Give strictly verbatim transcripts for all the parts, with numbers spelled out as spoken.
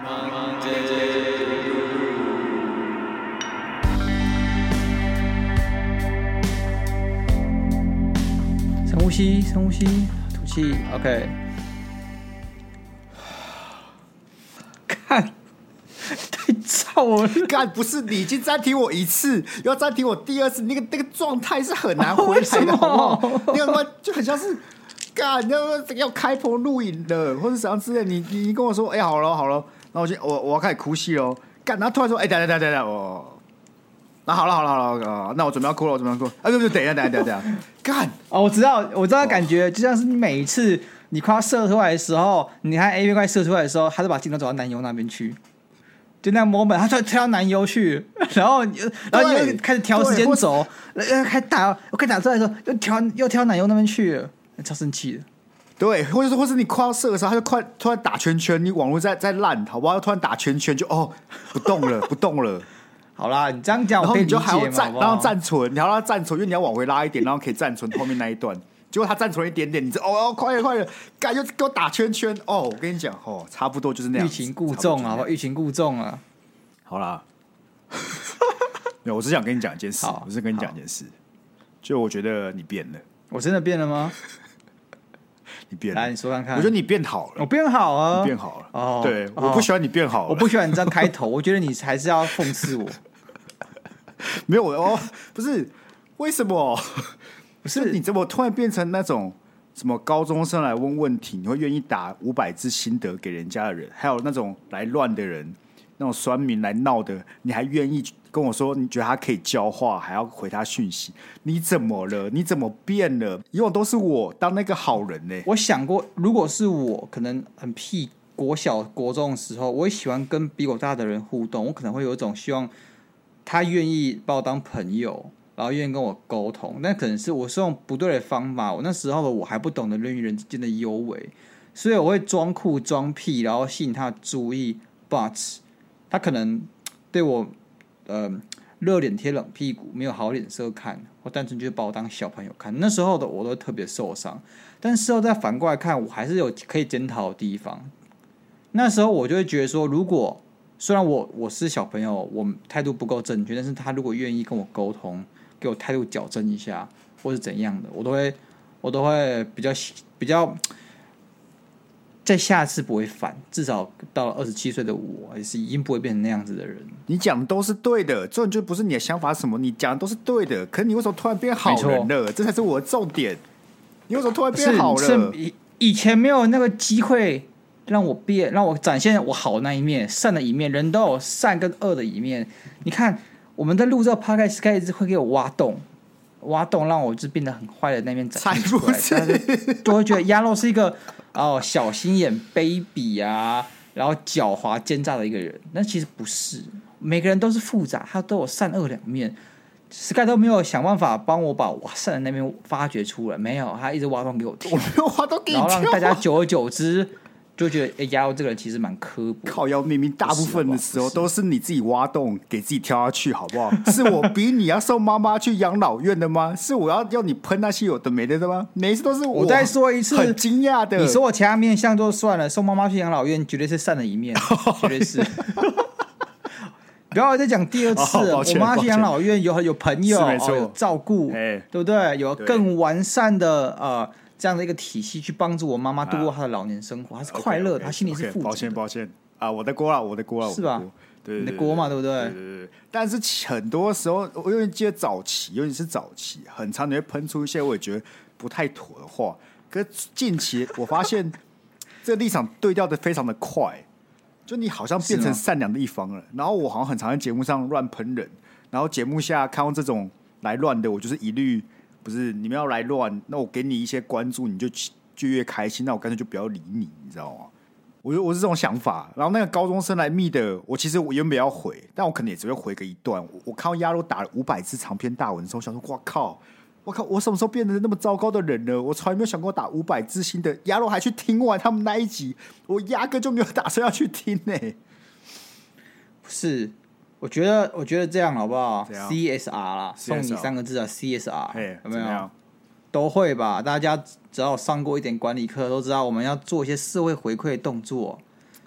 深呼吸，深呼吸，吐气 ，OK。看，太燥了！ 干不是你已经暂停我一次，要暂停我第二次，那个那个状态是很难回来的，好不好？那个他妈就很像是干要要开棚录影的，或者怎样之类。你你你跟我说，哎、欸，好了好了，然后我就我我要开始哭戏喽。干，然后突然说，哎、欸，等等等等等，我。那、啊、好了好了好了、呃，那我准备要哭了，我准备要哭了。啊，对对，等一下等一下等一下，干哦，我知道我知道感觉，就像是你每一次你快要射出来的时候，你看 A 片快射出来的时候，他就把镜头走到男优那边去，就那 moment， 他突然跳到男优去，然后然后你又开始调时间轴，呃，开始打，我开始打出来的时候，又调又跳男优那边去了，超生气的。 对，或者是或是你快要射的时候，他就快突然打圈圈，你网络在在烂，好不好？突然打圈圈就哦不动了，不动了。 好啦，你这样讲我可以理解嘛， 然后你就还要暂，然后暂存，你还要暂存，因为你要往回拉一点，然后可以暂存后面那一段。结果他暂存一点点，你就哦哦，快了快了，干又给我打圈圈哦！我跟你讲哦，差不多就是那样。 欲擒故纵啊，欲擒故纵啊。 好啦，没有，我只想跟你讲一件事，我是跟你讲一件事，就我觉得你变了。 我真的变了吗？ 你变了， 来你说看看。 我觉得你变好了， 我变好啊， 你变好了。 哦， 对，哦、我不喜欢你变好了， 我不喜欢你这样开头，我觉得你还是要讽刺我。 没有哦，不是为什么？ 不是你怎么突然变成那种什么高中生来问问题，你会愿意打五百字心得给人家的人，还有那种来乱的人，那种酸民来闹的，你还愿意跟我说你觉得他可以教化，还要回他讯息？你怎么了？你怎么变了？以往都是我当那个好人呢、欸。 我想过，如果是我，可能很屁国小国中的时候，我也喜欢跟比我大的人互动，我可能会有一种希望他愿意把我当朋友，然后愿意跟我沟通。但可能是我是用不对的方法，我那时候的我还不懂得人与人之间的优微，所以我会装酷装屁，然后吸引他的注意。But 他可能对我呃热脸贴冷屁股，没有好脸色看，或单纯就是把我当小朋友看。那时候的我都特别受伤，但事后再反过来看，我还是有可以检讨的地方。那时候我就会觉得说，如果虽然我我是小朋友，我态度不够正确，但是他如果愿意跟我沟通，给我态度矫正一下，或是怎样的，我都会我都会比较比较，在下次不会犯。至少到了二十七岁的我，也是已经不会变成那样子的人。 你讲的都是对的，重点就不是你的想法是什么，你讲的都是对的。可是你为什么突然变好人了？这才是我的重点。你为什么突然变好了？ 是是以前没有那个机会。让我变，让我展现我好的那一面，善的一面。人都有善跟恶的一面。你看，我们在录这个 podcast 开始会给我挖洞，挖洞让我就变得很坏的那面展现出来。就, 就会觉得鸭肉是一个哦小心眼、卑鄙啊，然后狡猾奸诈的一个人。但其实不是，每个人都是复杂，他都有善恶两面。Sky 都没有想办法帮我把哇善的那面发掘出来，没有，他一直挖洞给我跳， 我没有挖洞给你跳， 然后让大家久而久之。就觉得哎，鸭肉这个人其实蛮刻薄。 靠腰明明大部分的时候都是你自己挖洞给自己跳下去，好不好？是我逼你要送妈妈去养老院的吗？是我要要你喷那些有的没的的吗？每一次都是我。 我再说一次， 很惊讶的。 你说我其他面相就算了，送妈妈去养老院绝对是善的一面，绝对是。不要再讲第二次了。 哦、 我妈去养老院有有朋友、哦、有照顾， 对不对？有更完善的呃。这样的一个体系去帮助我妈妈度过她的老年生活，她、啊、是快乐的，她、okay, okay, 心里是富足的。 抱歉，抱歉啊，我的锅了，我的锅了， 是吧？ 对， 你的锅嘛，对不对？ 对对对。但是很多时候，我永远记得早期，尤其是早期，很常你会喷出一些我也觉得不太妥的话。可是近期我发现这个立场对调的非常的快，就你好像变成善良的一方了。然后我好像很常在节目上乱喷人，然后节目下看到这种来乱的，我就是一律。不是你们要来乱，那我给你一些关注，你就就越开心。那我干脆就不要理你，你知道吗？我我是这种想法。然后那个高中生来密的，我其实我原本要回，但我可能也只会回个一段。我, 我看到鸭肉打了五百字长篇大文的时候，我想说：哇靠！我靠！我什么时候变成那么糟糕的人了？我从来没有想过打五百字新的。鸭肉还去听完他们那一集，我压根就没有打算要去听呢、欸。 不是。我觉得，我觉得这样好不好 ？C S R 啦， C S R 送你三个字啊 ，C S R， 有没有？都会吧？大家只要上过一点管理课，都知道我们要做一些社会回馈的动作。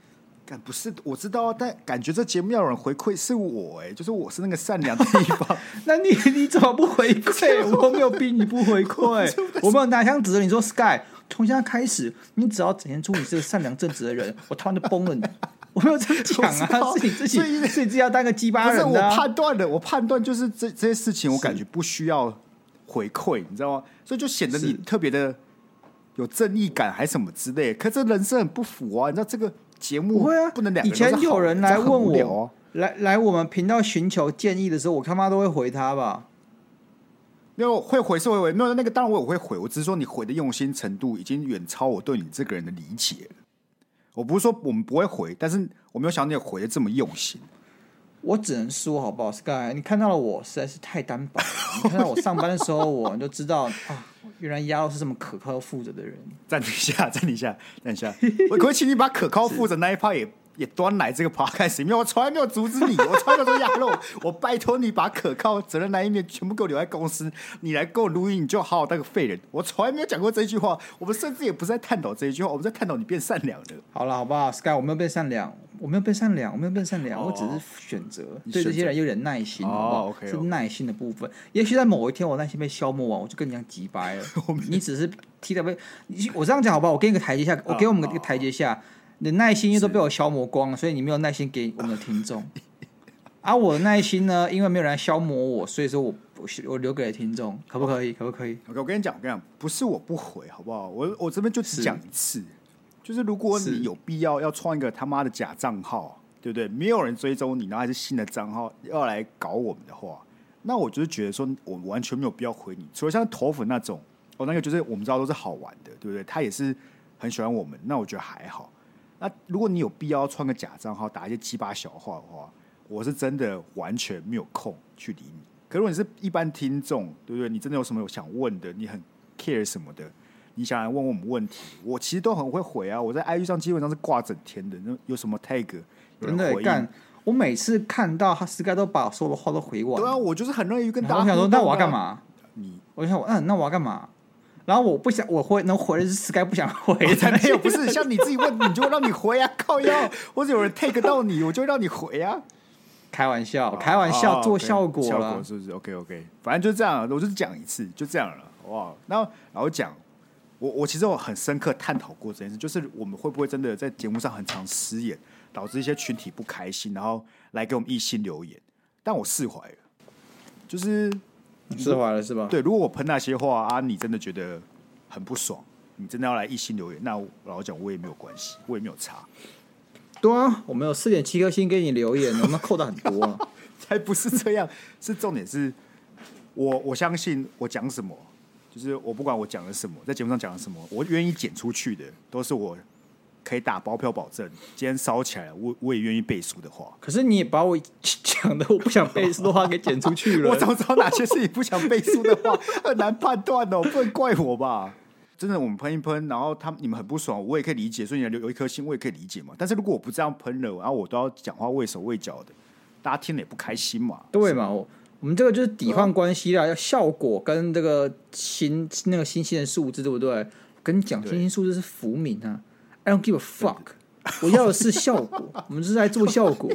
感不是我知道，但感觉这节目要有人回馈是我哎、欸，就是我是那个善良的地方。 那你你怎么不回馈？我没有逼你不回馈，我没有拿枪指着你说 Sky， 从现在开始，你只要展现出你是个善良正直的人，我他妈就崩了你。我没有这样讲啊，是你自己，是你自己要当个鸡巴人的、啊。 不是我判断的，我判断就是这这些事情，我感觉不需要回馈，你知道吗？所以就显得你特别的有正义感，还什么之类的。可这人生很不符啊，你知道这个。节目不会啊， 不能两个以前有人来问我， 啊、 来来我们频道寻求建议的时候，我他妈都会回他吧。 没有会回是会回，没有那个当然我也会回，我只是说你回的用心程度已经远超我对你这个人的理解了。我不是说我们不会回，但是我没有想到你回的这么用心。 我只能说好不好 ，Sky， 你看到了我实在是太单薄了。你看到我上班的时候，我就知道啊，原来鸭肉是这么可靠负责的人。 暂停一下，暂停一下，暂停一下，我可不可以请你把可靠负责那一 part 也也端来这个 podcast 里面？我从来没有阻止你，我从来没有说鸭肉，我拜托你把可靠责任那一面全部给我留在公司，你来给我录音，你就好好当个废人。我从来没有讲过这一句话，我们甚至也不是在探讨这一句话，我们在探讨你变善良的。 好了，好不好 ，Sky， 我没有变善良。我没有变善良，我没有变善良，哦、我只是选择对这些人有点耐心，好不好？ 哦、okay, 是耐心的部分。也许在某一天我耐心被消磨完，我就跟你讲急掰了。你只是踢到被，我这样讲好不好？我给你个台阶下，我给我们一个台阶下。你的耐心又都被我消磨光了，所以你没有耐心给我们的听众。而我的耐心呢，因为没有人来消磨我，所以说我我留给了听众，可不可以？可不可以？ OK， 我跟你讲，我跟你讲，不是我不回，好不好？我我这边就只讲一次。就是如果你有必要要创一个他妈的假账号，对不对？没有人追踪你，然后还是新的账号要来搞我们的话，那我就是觉得说，我完全没有必要回你。除了像头粉那种，哦，那个就是我们知道都是好玩的，对不对？他也是很喜欢我们，那我觉得还好。那如果你有必要创个假账号，打一些鸡巴小话的话，我是真的完全没有空去理你。可如果你是一般听众，对不对？你真的有什么想问的，你很 care 什么的。你想来问我们问题，我其实都很会回啊。我在 I G 上基本上是挂整天的，那有什么 tag 有人回应， 我每次看到他 Sky 都把所有的话都回完。 对啊，我就是很乐意跟大家、啊。 我想说，那我要干嘛？ 你， 我想，嗯，那我要干嘛？然后我不想，我回能回的是 Sky 不想回的， 才没有，不是像你自己问，你就会让你回啊，靠腰，或者有人 take 到你，我就会让你回啊。 开玩笑，哦、开玩笑，哦、做效果了， 效果是不是 ？OK OK， 反正就这样，我就是讲一次，就这样了，哇。然后然后讲。我我其实我很深刻探讨过这件事，就是我们会不会真的在节目上很常失言，导致一些群体不开心，然后来给我们一心留言。但我释怀了，就是释怀了是吧？ 对，如果我喷那些话啊，你真的觉得很不爽，你真的要来一心留言，那老实讲我也没有关系，我也没有差。 对啊，我们有四点七颗星给你留言，我们扣的很多啊。 才不是这样，是重点是我我相信我讲什么。就是我不管我讲了什么，在节目上讲了什么，我愿意剪出去的，都是我可以打包票保证，今天烧起来了，我我也愿意背书的话。 可是你也把我讲的我不想背书的话给剪出去了。 我怎么知道哪些是你不想背书的话？很难判断哦，不能怪我吧？真的，我们喷一喷，然后他你们很不爽，我也可以理解，所以你留一颗心，我也可以理解嘛。但是如果我不这样喷了，然后我都要讲话畏手畏脚的，大家听了也不开心嘛。 对嘛？我们这个就是抵换关系啦，要效果跟这个新那个新鲜的数字，对不对？跟你讲，新鲜数字是浮名啊 ，I don't give a fuck， 我要的是效果，我们是在做效果。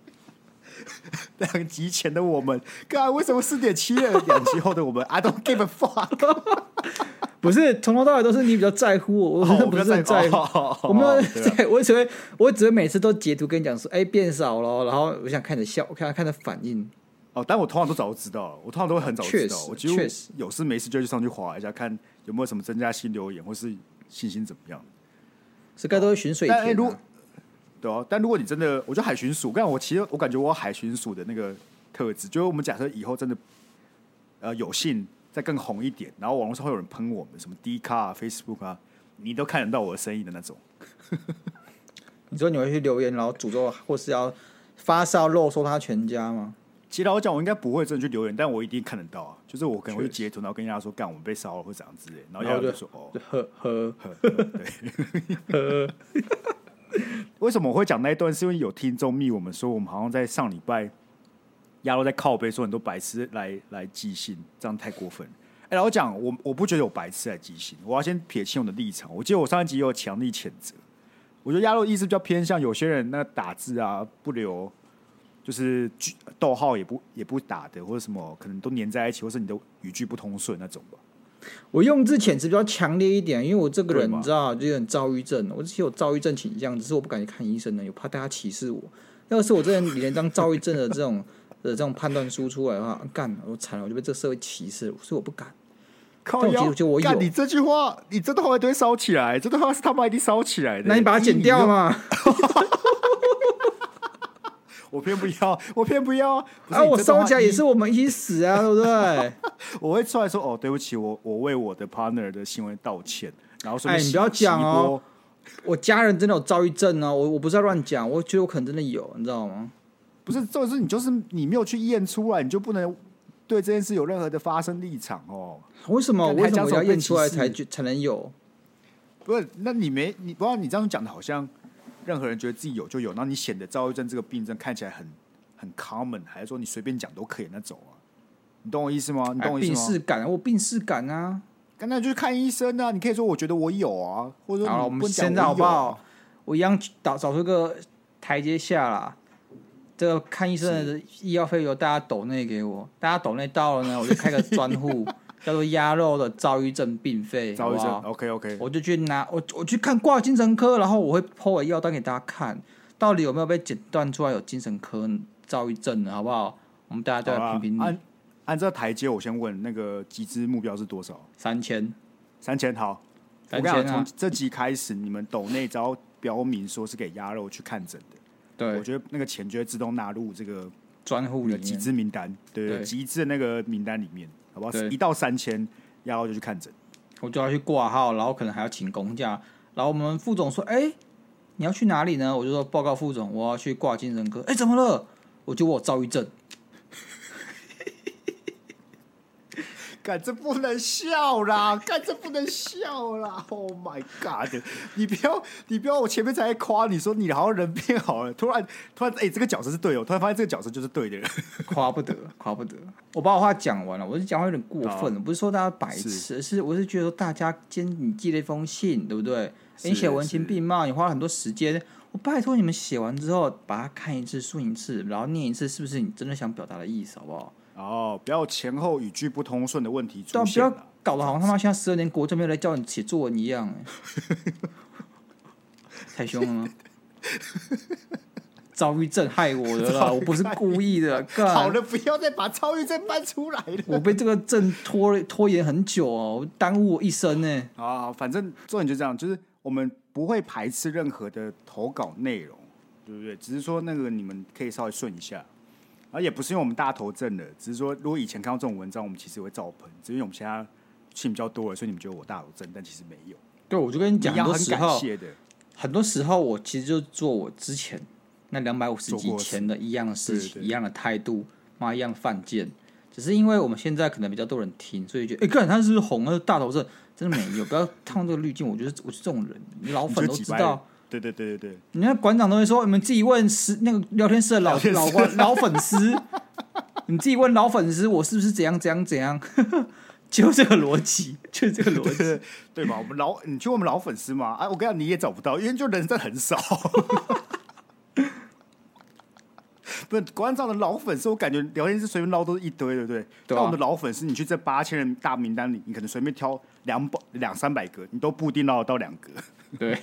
两集前的我们，刚为什么四点七了？两集后的我们 ，I don't give a fuck。 不是从头到尾都是你比较在乎我，我真的不是很在乎。 哦、 我没有在，我只会我只会每次都截图跟你讲说，哎、欸，变少了，然后我想看着笑，看看着反应。 哦，但我通常都早就知道了，我通常都会很早知道，我几乎有事没事就去上去滑一下，看有没有什么增加新留言或是信心怎么样。 是该都会巡水田、啊， 但、欸、对啊。但如果你真的，我觉得海巡署，刚才我其实我感觉我有海巡署的那个特质，就是我们假设以后真的呃有幸再更红一点，然后网络上会有人喷我们，什么 D 卡啊、Facebook 啊，你都看得到我的声音的那种。 你说你会去留言，然后诅咒或是要发烧肉搜他全家吗？ 其实我讲，我应该不会真的去留言，但我一定看得到啊。就是我可能会截图，然后跟人家说：“干，我们被烧了，或者怎样之类。”然后人家就说：“哦， 呵呵呵，对。”为什么我会讲那一段？是因为有听众密我们说，我们好像在上礼拜鸭肉在靠背说很多白痴来来寄信，这样太过分。哎、欸，然后讲我我不觉得有白痴来寄信，我要先撇清我的立场。我记得我上一集也有强力谴责， 我觉得鸭肉意思比较偏向有些人那打字啊不留，就是逗号也不也不打的，或者什么可能都粘在一起，或是你的语句不通顺那种吧。 我用字遣词比较强烈一点，因为我这个人对吗你知道，就有点躁郁症，我之前有躁郁症倾向，只是我不敢去看医生呢，有怕大家歧视我。要是我这人连张躁郁症的这种的这种判断书出来的话，干，我惨了，我就被这个社会歧视了，所以我不敢。 靠腰， 就我有， 你这句话，你这段话一定会烧起来，这段话是他妈一定烧起来的。 那你把它剪掉嘛？ 我偏不要，我偏不要啊！我烧起来也是我们一起死啊，对不对？ 我会出来说哦，对不起，我我为我的 partner 的行为道歉，然后说哎， 你不要讲哦，我家人真的有躁郁症哦，我我不是在乱讲，我觉得我可能真的有，你知道吗？ 不是，这是你就是你没有去验出来，你就不能对这件事有任何的发生立场哦。 为什么？为什么我要验出来才才能有？ 不是，那你没你不知道你这样讲的好像。任何人觉得自己有就有，然后你显得躁郁症这个病症看起来很很 common， 还是说你随便讲都可以那种啊？你懂我意思吗？你懂我意思吗？ 病视感，我病视感啊！ 刚才就去看医生啊！你可以说我觉得我有啊，或者说好了，我们现在好不好？我一样找找出个台阶下啦。这个看医生的医药费由大家抖内给我，大家抖内到了呢，我就开个专户。叫做鸭肉的躁郁症病费， 躁郁症 ，OK OK， 我就去拿我我去看挂精神科，然后我会 po 我药单给大家看，到底有没有被诊断出来有精神科躁郁症的，好不好？我们大家都来评评理。 按按这台阶，我先问那个集资目标是多少？ 三千， 三千好。 三千啊！ 从这集开始，你们抖内只要标明说是给鸭肉去看诊的， 对， 我觉得那个钱就会自动纳入这个专户里面集资名单，对对，集资的那个名单里面。好不好？一到三千，然后就去看诊， 我就要去挂号，然后可能还要请公假。然后我们副总说：“哎、欸，你要去哪里呢？”我就说：“报告副总，我要去挂精神科。”哎，怎么了？我就我有躁郁症。 干这不能笑啦！干这不能笑啦 ！Oh my god！ 你不要，你不要！我前面才夸你说你好像人变好了，突然突然，哎、欸，这个角色是对的，我突然发现这个角色就是对的人， 夸不得，夸不得！我把我话讲完了，我是讲话有点过分了，不是说大家白痴，是我是觉得说大家今天你寄了一封信，对不对？你写文情并茂，你花了很多时间，我拜托你们写完之后把它看一次、顺一次，然后念一次，是不是你真的想表达的意思，好不好？ 哦，不要前后语句不通顺的问题出现了，不要搞得好像他妈现在十二年国政没有来教你写作文一样，太凶了吗？躁郁症害我的啦，我不是故意的。 好了，不要再把躁郁症搬出来了。 我被这个症拖拖延很久哦，耽误我一生呢。 啊，反正重点就这样，就是我们不会排斥任何的投稿内容，对不对？只是说那个你们可以稍微顺一下。而也不是因为我们大头症了，只是说如果以前看到这种文章，我们其实会照喷，只是因为我们现在信比较多了，所以你们觉得我大头症，但其实没有。 对，我就跟你讲，很多时候， 的很多时候我其实就做我之前那两百五十集前的一样的事情，对对对，一样的态度，妈一样犯贱。只是因为我们现在可能比较多人听，所以觉得，哎、欸，看他是不是红，他是大头症，真的没有，不要烫这个滤镜。我觉得我是这种人，你老粉都知道。 对对对对对， 你看馆长都会说，你们自己问十那个聊天室的老老老粉丝，你自己问老粉丝，我是不是怎样怎样怎样？就这个逻辑，就是这个逻辑， 对, 对吧？我们老，你去问我们老粉丝嘛？哎、啊，我跟你讲，你也找不到，因为就人真的很少。不是馆长的老粉丝，我感觉聊天室随便捞都是一堆，对不对？对、啊。但我们的老粉丝，你去这八千人大名单里，你可能随便挑两百两三百个，你都不一定捞得到两个。 对。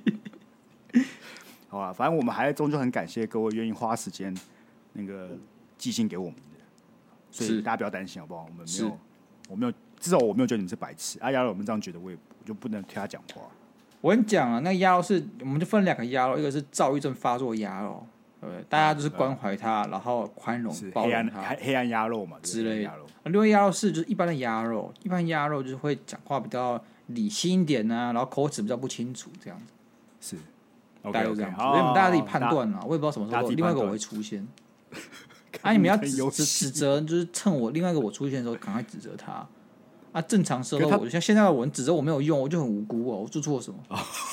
好啊，反正我们还终究很感谢各位愿意花时间那个寄信给我们的，所以大家不要担心好不好？我们没有，我没有，至少我没有觉得你们是白痴啊。鸭肉我们这样觉得，我也我就不能替他讲话。 我跟你讲啊，那个鸭肉是，我们就分两个鸭肉，一个是躁郁症发作鸭肉，对不对？大家就是关怀他，然后宽容包容他， 黑暗鸭肉嘛之类的。另外鸭肉是就是一般的鸭肉，一般鸭肉就是会讲话比较理性一点啊，然后口齿比较不清楚这样子。 是。 大概就这样子，所以你们大家自己判断啦。我也不知道什么时候另外一个我会出现。啊，你们要指指指责，就是趁我另外一个我出现的时候，赶快指责他。啊，正常时候我就像现在的我，指责我没有用，我就很无辜哦，我做错了什么？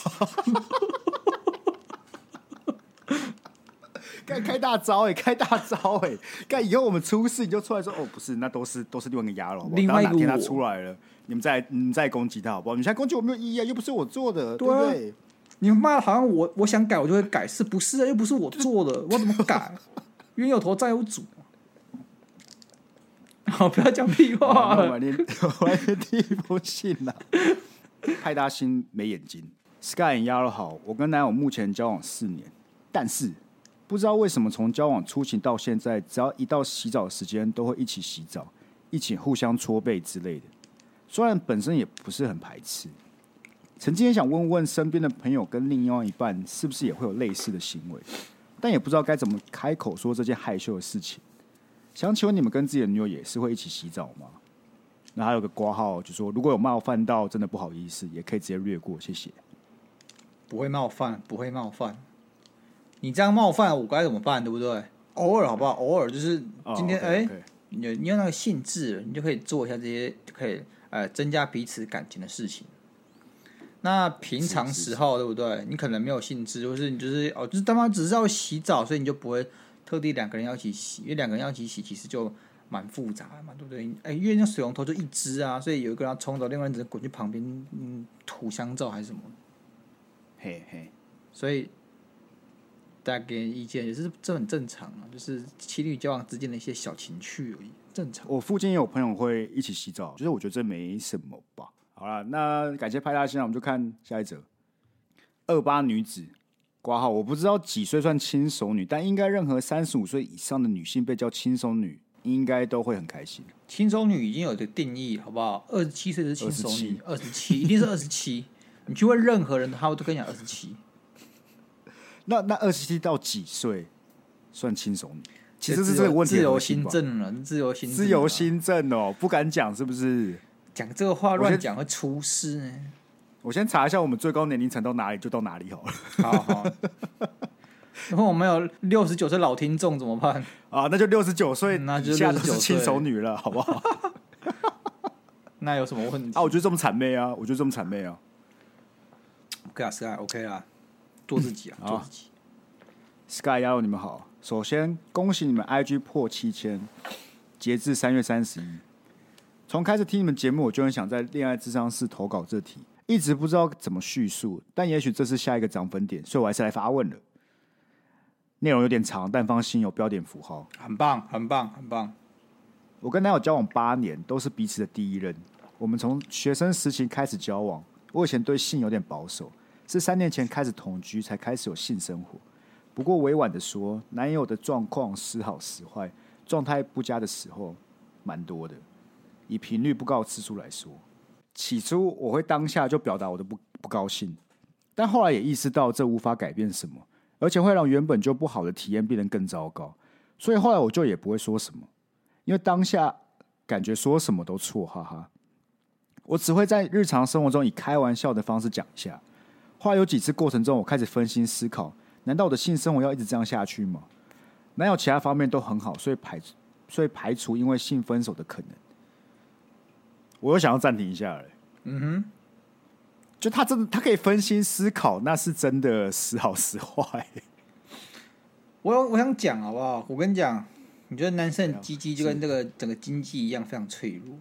干开大招哎、欸，开大招哎、欸！干以后我们出事你就出来说哦，不是，那都是都是另外一个鸭肉， 另外一个哪天他出来了，你们再你们再攻击他好不好？你现在攻击我没有意义啊，又不是我做的，对不对？ 你骂好像我我想改我就会改，是不是？又不是我做的，我怎么改？冤有头债有主。好，不要讲屁话了。 我来念第一封信啦。派大星没眼睛 ，Sky 鸭肉好。我跟男友目前交往四年，但是不知道为什么从交往初期到现在，只要一到洗澡的时间，都会一起洗澡，一起互相搓背之类的。虽然本身也不是很排斥，曾经也想问问身边的朋友跟另外一半是不是也会有类似的行为，但也不知道该怎么开口说这件害羞的事情。想请问你们跟自己的女友也是会一起洗澡吗？那还有个括号，就说如果有冒犯到，真的不好意思，也可以直接略过，谢谢。 不会冒犯，不会冒犯。你这样冒犯我该怎么办？对不对？偶尔好不好？偶尔就是今天哎、oh, okay, okay. 你你有那个兴致，你就可以做一下这些，就可以呃增加彼此感情的事情。那平常时候对不对？你可能没有兴致，或是你就是哦，就是他妈只是要洗澡，所以你就不会特地两个人要一起洗，因为两个人要一起洗，其实就蛮复杂的嘛，对不对？哎，因为那水龙头就一只啊，所以有一个人要冲走，另外一个人只能滚去旁边，嗯，吐香皂还是什么？ 嘿嘿， 所以大家给意见也是这很正常啊，就是情侣交往之间的一些小情趣而已，正常。 我附近也有朋友会一起洗澡，就是我觉得这没什么吧。好了，那感谢派大星，我们就看下一则。二八女子括号，我不知道几岁算轻熟女，但应该任何三十五岁以上的女性被叫轻熟女，应该都会很开心。 轻熟女已经有一个定义，好不好？二十七岁是轻熟女，二十七一定是二十七。你去问任何人，他会都跟你讲二十七。 那那二十七到几岁算轻熟女？其实是这个问题。 自由新政了，自由新政， 自由新政哦，不敢讲是不是？ 讲这个话乱讲会出事呢。 我先查一下我们最高年龄层到哪里就到哪里好了。 好好。然后我们有六十九岁老听众怎么办啊？那就六十九岁， 那就六十九岁轻熟女了，好不好？ 那有什么问题啊？我觉得这么谄媚啊！我觉得这么谄媚啊 ！OK 啊 ，Sky OK 啦，做自己啊，做自己。 Sky 丫头你们好，首先恭喜你们 I G 破七千，截至三月三十一。从开始听你们节目，我就很想在恋爱諮商室投稿这题，一直不知道怎么叙述，但也许这是下一个涨粉点，所以我还是来发问了。内容有点长，但放心有标点符号。 很棒，很棒，很棒。 我跟男友交往八年，都是彼此的第一任。我们从学生时期开始交往，我以前对性有点保守，是三年前开始同居才开始有性生活。不过委婉的说，男友的状况时好时坏，状态不佳的时候蛮多的。以频率不高的次数来说，起初我会当下就表达我的 不, 不高兴，但后来也意识到这无法改变什么，而且会让原本就不好的体验变得更糟糕，所以后来我就也不会说什么，因为当下感觉说什么都错，哈哈。我只会在日常生活中以开玩笑的方式讲一下。后来有几次过程中，我开始分心思考，难道我的性生活要一直这样下去吗？男友其他方面都很好，所以排所以排除因为性分手的可能。我又想要暂停一下了。 嗯哼， 就他真的，他可以分心思考，那是真的时好时坏。 我我想讲好不好？我跟你讲，你觉得男生的鸡鸡就跟这个整个经济一样非常脆弱。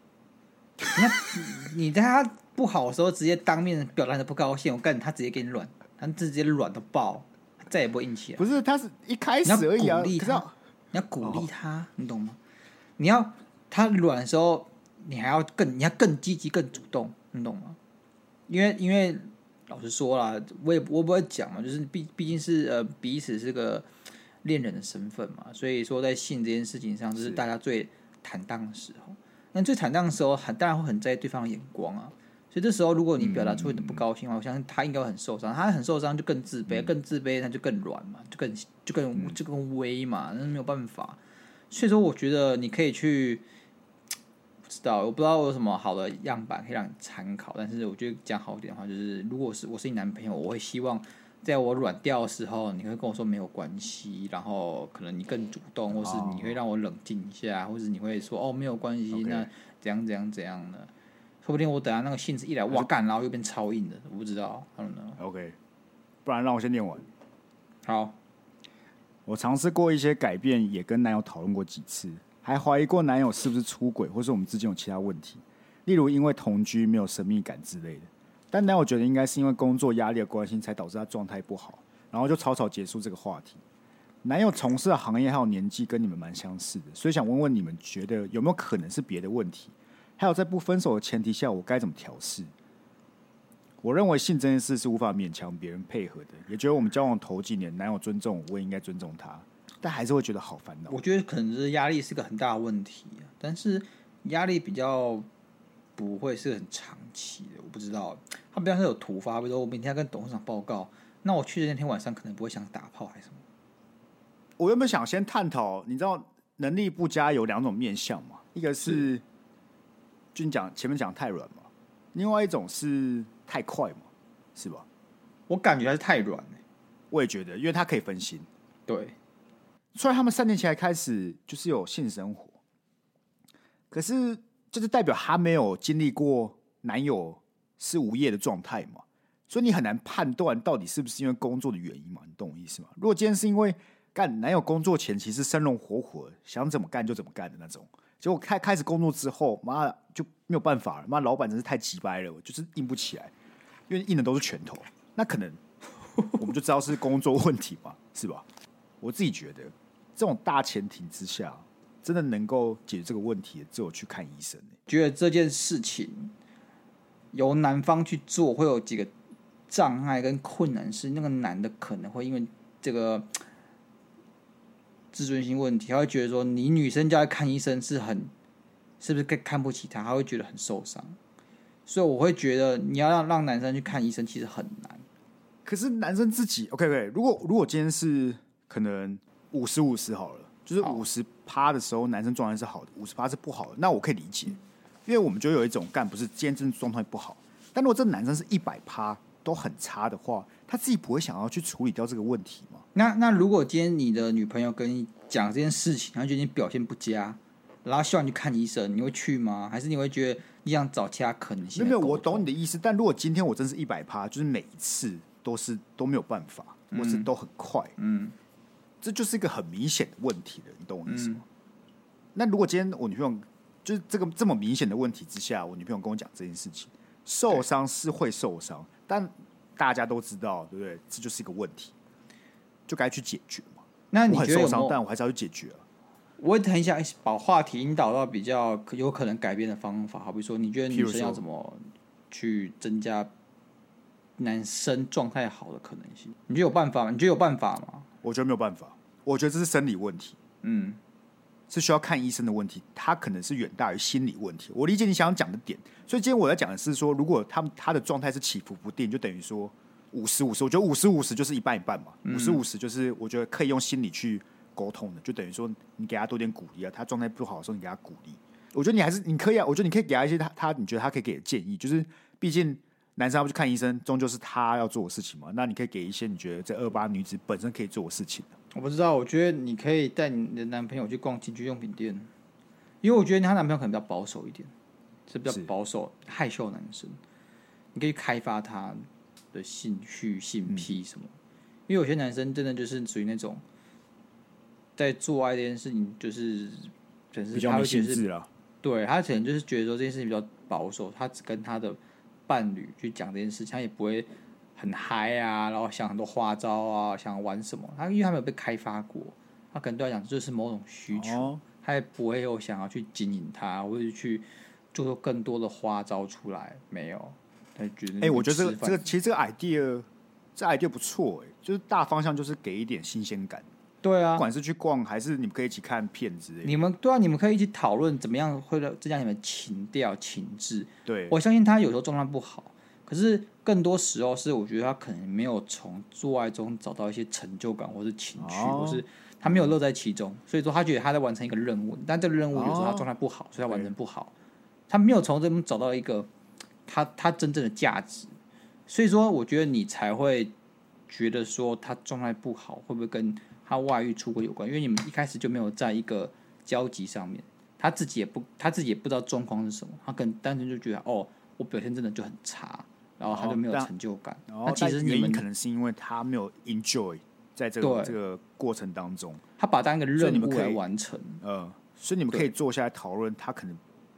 你你在他不好的时候直接当面表达的不高兴，我干他直接给你软，他直接软到爆，再也不会硬起来。 不是，他是一开始而已啊。 你要鼓励他，你要鼓励他，你懂吗？你要他软的时候。你还要更，你要更积极、更主动，你懂吗？因为，因为老实说啦，我也我不会讲嘛，就是毕毕竟是呃彼此是个恋人的身份嘛，所以说在性这件事情上，就是大家最坦荡的时候。那最坦荡的时候，很当然会很在意对方的眼光啊。所以这时候，如果你表达出你的不高兴的话，我相信他应该会很受伤。他很受伤，就更自卑，更自卑，他就更软嘛，就更就更就更微嘛，那没有办法。所以说，我觉得你可以去。不知道，我不知道有什么好的样板可以让你参考，但是我觉得讲好一点的话，就是如果是我是你男朋友，我会希望在我软掉的时候，你会跟我说没有关系，然后可能你更主动，或是你会让我冷静一下，或是你会说哦没有关系， okay. 那怎样怎样怎样的，说不定我等下那个性子一来，哇干，然后又变超硬的，我不知道 ，I don't know。 OK， 不然让我先念完。 好， 我尝试过一些改变，也跟男友讨论过几次。还怀疑过男友是不是出轨，或是我们之间有其他问题，例如因为同居没有神秘感之类的。 但男友觉得应该是因为工作压力的关系，才导致他状态不好，然后就草草结束这个话题。男友从事的行业还有年纪跟你们蛮相似的，所以想问问你们觉得有没有可能是别的问题？还有在不分手的前提下，我该怎么调试？我认为性这件事是无法勉强别人配合的，也觉得我们交往头几年，男友尊重我，我也应该尊重他，但还是会觉得好烦恼。 我觉得可能是压力是个很大的问题，但是压力比较不会是很长期的。我不知道，他比较是有突发，比如说我明天要跟董事长报告，那我去的那天晚上可能不会想打炮还是什么。 我原本想先探讨，你知道能力不佳有两种面向嘛，一个是就你讲前面讲太软嘛，另外一种是太快嘛，是吧？ 我感觉还是太软、欸、 我也觉得，因为他可以分心。 对， 虽然他们三年前开始就是有性生活，可是就是代表他没有经历过男友是无业的状态嘛，所以你很难判断到底是不是因为工作的原因嘛，你懂我意思吗？如果今天是因为干男友工作前其实生龙活虎，想怎么干就怎么干的那种，结果开开始工作之后，妈就没有办法了，妈老板真是太鸡掰了，就是硬不起来，因为硬的都是拳头，那可能我们就知道是工作问题嘛，是吧？我自己觉得，这种大前提之下，真的能够解决这个问题，只有去看医生、欸。 觉得这件事情由男方去做，会有几个障碍跟困难，是那个男的可能会因为这个自尊心问题，他会觉得说你女生叫他看医生是很是不是看不起他，他会觉得很受伤。所以我会觉得你要让让男生去看医生其实很难。 可是男生自己 OK OK， 如果如果今天是可能五十五十好了，就是五十趴的时候男生状态是好的，五十趴是不好的，那我可以理解，因为我们就有一种干不是今天真的状态不好，但如果这男生是一百趴都很差的话，他自己不会想要去处理掉这个问题吗？ 那那如果今天你的女朋友跟你讲这件事情，她觉得你表现不佳，然后希望你去看医生，你会去吗？还是你会觉得你想找其他可能性？ 没有，我懂你的意思。但如果今天我真是一百趴，就是每一次都是都没有办法，或是都很快，嗯，这就是一个很明显的问题了，你懂我意思吗？嗯、那如果今天我女朋友就是这个这么明显的问题之下，我女朋友跟我讲这件事情，受伤是会受伤，但大家都知道，对不对？这就是一个问题。就该去解决嘛。 那你觉得有没有， 我很受伤，但我还是要去解决啊。 我也很想把话题引导到比较有可能改变的方法，好比说，你觉得女生要怎么去增加男生状态好的可能性？你觉得有办法吗？你觉得有办法吗？ 我觉得没有办法，我觉得这是生理问题，嗯，是需要看医生的问题，它可能是远大于心理问题。我理解你想讲的点，所以今天我在讲的是说，如果他们他的状态是起伏不定，就等于说。五十五十，我觉得五十五十就是一半一半嘛。五十五十就是我觉得可以用心理去沟通的，就等于说你给他多点鼓励啊，他状态不好的时候你给他鼓励。我觉得你还是你可以啊，我觉得你可以给他一些他他你觉得他可以给的建议，就是毕竟男生要去看医生，终究是他要做的事情嘛。那你可以给一些你觉得这二八女子本身可以做的事情。 我不知道，我觉得你可以带你的男朋友去逛情趣用品店，因为我觉得她男朋友可能比较保守一点，是比较保守害羞的男生，你可以开发他的兴趣、性癖什么，嗯、因为有些男生真的就是属于那种在做爱这件事情，就是可能是他会觉得是，对他可能就是觉得说这件事情比较保守，他只跟他的伴侣去讲这件事情，他也不会很嗨啊，然后想很多花招啊，想玩什么，他因为他没有被开发过，他可能对他讲这是某种需求，哦、他也不会有想要去经营它，或者去做出更多的花招出来，没有。哎、 欸，我觉得这个这个其实这个 idea 这 idea 不错哎、欸，就是大方向就是给一点新鲜感。 对啊， 不管是去逛还是你们可以一起看片之类的。 你们对啊，你们可以一起讨论怎么样会增加你们情调情致。 对， 我相信他有时候状态不好，可是更多时候是我觉得他可能没有从做爱中找到一些成就感或是情绪，哦、或是他没有乐在其中，所以说他觉得他在完成一个任务，但这个任务有时候他状态不好，所以他完成不好，他没有从这边找到一个。他他真正的价值，所以说我觉得你才会觉得说他状态不好，会不会跟他外遇出轨有关？因为你们一开始就没有在一个交集上面，他自己也不他自己也不知道状况是什么，他可能单纯就觉得哦，我表现真的就很差，然后他就没有成就感。 哦、那其实原因可能是因为他没有 enjoy 在这个这个过程当中， 他把它当一个任务来完成。 呃，所以你们可以坐下来讨论，他可能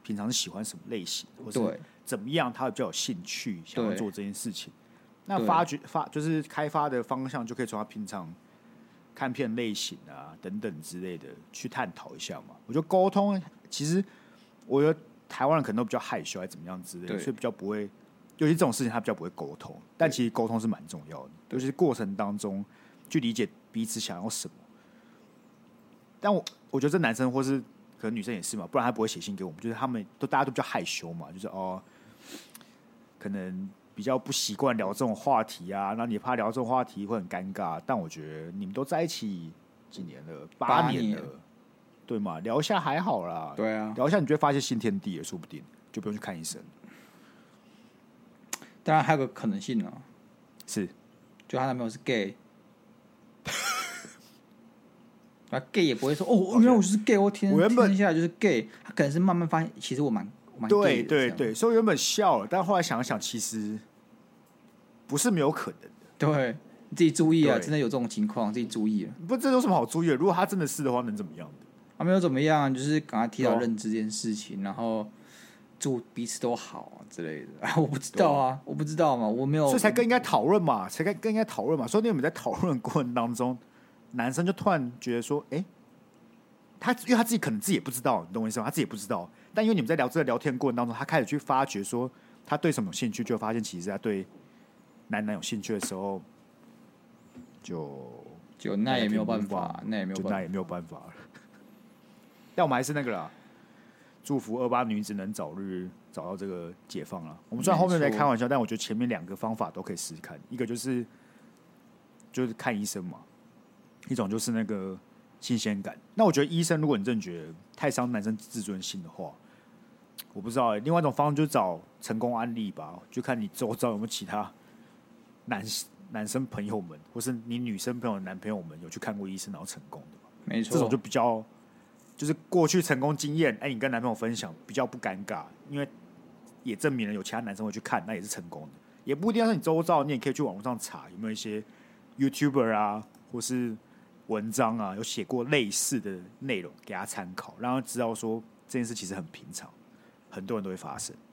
平常是喜欢什么类型，或是怎么样他会比较有兴趣想要做这件事情。那发掘发就是开发的方向，就可以从他平常看片类型啊等等之类的去探讨一下嘛。我觉得沟通其实，我觉得台湾人可能都比较害羞，还是怎么样之类的，所以比较不会，尤其这种事情他比较不会沟通。但其实沟通是蛮重要的，尤其是过程当中去理解彼此想要什么。但我我觉得这男生或是可能女生也是嘛，不然他不会写信给我们。就是他们都大家都比较害羞嘛，就是哦，可能比较不习惯聊这种话题啊，然后你怕聊这种话题会很尴尬。但我觉得你们都在一起几年了，八年了，对嘛？聊一下还好啦， 对啊， 聊一下你就会发现新天地了，说不定就不用去看医生。 当然还有个可能性啊， 是， 就他男朋友是 gay。啊 ，gay 也不会说哦，原来我就是 gay， 我天天下来就是 gay， 他可能是慢慢发现，其实我蛮蛮 gay 的。对对对，所以原本笑了，但后来想想，其实不是没有可能的。 对，你自己注意啊，真的有这种情况，自己注意啊。 不，这有什么好注意的？如果他真的是的话，能怎么样的？ 他没有怎么样，就是赶快提早认知这件事情，然后祝彼此都好啊之类的。啊，我不知道啊，我不知道嘛，我没有， 所以才更应该讨论嘛，才更应该讨论嘛。所以你们在讨论的过程当中。男生就突然觉得说：“哎、欸，他因为他自己可能自己也不知道，你懂我意思吗？他自己也不知道，但因为你们在聊这个聊天过程当中，他开始去发掘说他对什么有兴趣，就发现其实他对男男有兴趣的时候，就就那也没有办法，那也没有办法， 那也没有办法了。但我们还是那个啦，祝福二八女子能早日找到这个解放啦。我们虽然后面在开玩笑，但我觉得前面两个方法都可以试试看，一个就是就是看医生嘛。”一种就是那个新鲜感。那我觉得医生，如果你真的觉得太伤男生自尊心的话，我不知道、欸。另外一种方式就是找成功案例吧，就看你周遭有没有其他男男生朋友们，或是你女生朋友的男朋友们有去看过医生然后成功的嘛？ 没错， 这种就比较就是过去成功经验，哎、欸，你跟男朋友分享比较不尴尬，因为也证明了有其他男生会去看，那也是成功的。也不一定要是你周遭，你也可以去网络上查有没有一些 YouTuber 啊，或是文章啊，有写过类似的内容给他参考，让他知道说这件事其实很平常，很多人都会发生。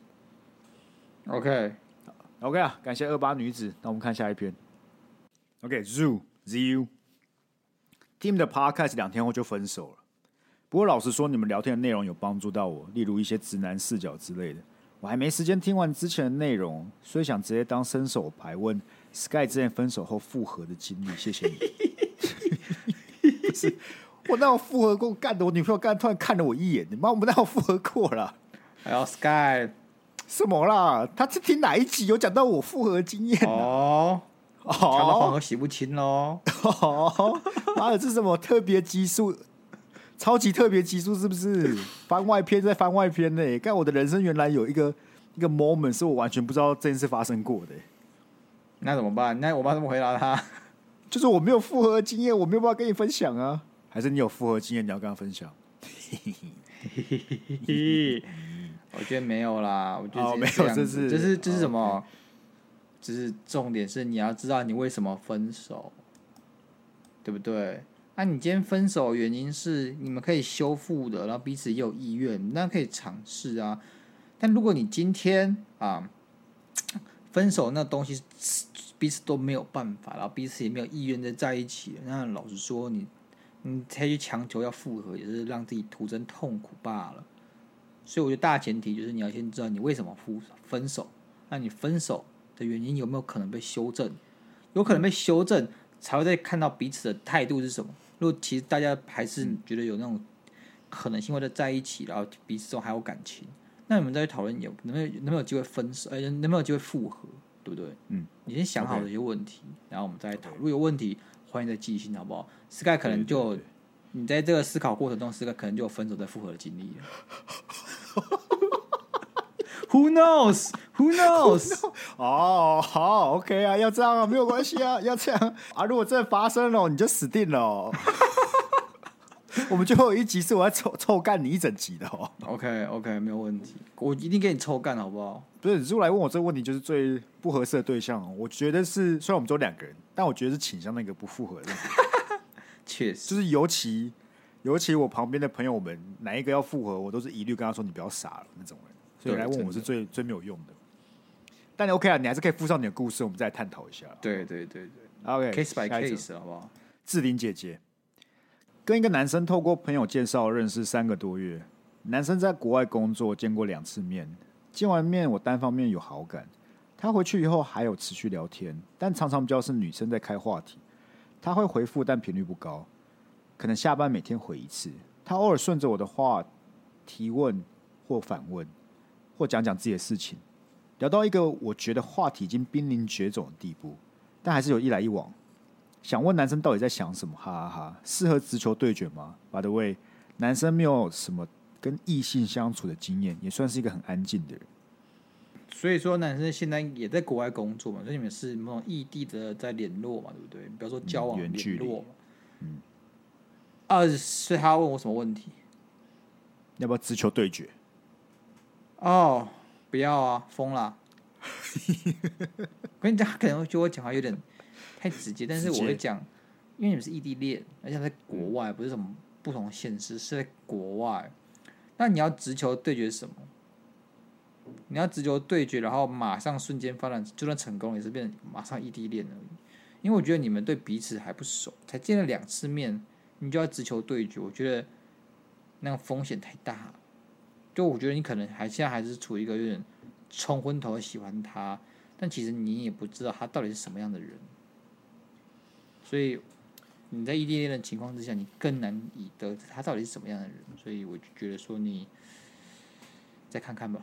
OK OK 啊，感谢二八女子。那我们看下一篇。OK，Zoo Z U Team 的 Podcast 两天后就分手了。不过老实说，你们聊天的内容有帮助到我，例如一些直男视角之类的。我还没时间听完之前的内容，所以想直接当伸手牌问 Sky 之前分手后复合的经历。谢谢你。不是，我哪有复合过？干的，我女朋友刚突然看了我一眼，你妈，我们哪有复合过啦？ 还有 Sky 什么啦？他是听哪一集有讲到我复合的经验、啊？哦哦，讲到黄河洗不清喽。 哦，妈的，这是什么特别集数？超级特别集数是不是？番外篇在番外篇呢、欸？看我的人生原来有一个一个 moment 是我完全不知道这件事发生过的、欸。 那怎么办？那我爸怎么回答他？ 就是我没有复合经验，我没有办法跟你分享啊。还是你有复合经验，你要跟他分享？ 我觉得没有啦，我觉得哦、没有，这是这是这是什么？只是重点是你要知道你为什么分手，对不对？那、啊、你今天分手的原因是你们可以修复的，然后彼此也有意愿，那可以尝试啊。但如果你今天啊分手那东西彼此都没有办法，然后彼此也没有意愿再在一起，那老实说你，你你再去强求要复合，也是让自己徒增痛苦罢了。所以我觉得大前提就是你要先知道你为什么分手，那你分手的原因有没有可能被修正？有可能被修正，才会再看到彼此的态度是什么。如果其实大家还是觉得有那种可能性会再在一起，然后彼此中还有感情，那你们再去讨论有能不能能不能有机会分手，呃，能不能有机会复合，对不对？嗯，你先想好这些问题， okay. 然后我们再讨论。如果有问题，欢迎再寄信，好不好 ？Sky 可能就你在这个思考过程中 ，Sky 可能就有分手再复合的经历了。Who knows? Who knows? 哦，好 ，OK 啊，要这样啊，没有关系啊，要这样啊。如果真的发生了，你就死定了、哦。我们就会有一集是我要臭臭干你一整集的哦。 OK OK， 没有问题，我一定给你臭干，好不好？ 不是，你如果来问我这个问题，就是最不合适的对象。我觉得是，虽然我们只有两个人，但我觉得是倾向那个不复合的。 确实， 就是尤其尤其我旁边的朋友们，哪一个要复合，我都是一律跟他说你不要傻了那种人，所以来问我是最最没有用的。但 OK 啊，你还是可以附上你的故事，我们再来探讨一下。 对对对对 ，OK，case by case 好不好？ 志玲姐姐跟一个男生透过朋友介绍认识三个多月，男生在国外工作，见过两次面，见完面我单方面有好感，他回去以后还有持续聊天，但常常比较是女生在开话题，他会回复，但频率不高，可能下班每天回一次。他偶尔顺着我的话提问或反问，或讲讲自己的事情，聊到一个我觉得话题已经濒临绝种的地步，但还是有一来一往。想问男生到底在想什么？哈哈哈，适合直球对决吗 ？By the way， 男生没有什么跟异性相处的经验，也算是一个很安静的人。 所以说，男生现在也在国外工作嘛，所以你们是那种异地的在联络嘛，对不对？比方说交往远距离， 联络嘛。 嗯。 啊，所以他问我什么问题？ 要不要直球对决？ 哦，不要啊，疯了！我跟你讲，他可能会觉得我讲话有点太直接，但是我会讲，因为你们是异地恋，而且在国外，不是什么不同县市，是在国外。那你要直球对决什么？你要直球对决，然后马上瞬间发展，就算成功，也是变成马上异地恋而已。因为我觉得你们对彼此还不熟，才见了两次面，你就要直球对决，我觉得那个风险太大了。就我觉得你可能还现在还是处于一个有点冲昏头喜欢他，但其实你也不知道他到底是什么样的人，所以你在异地恋的情况之下，你更难以得知他到底是什么样的人。所以我就觉得说，你再看看吧。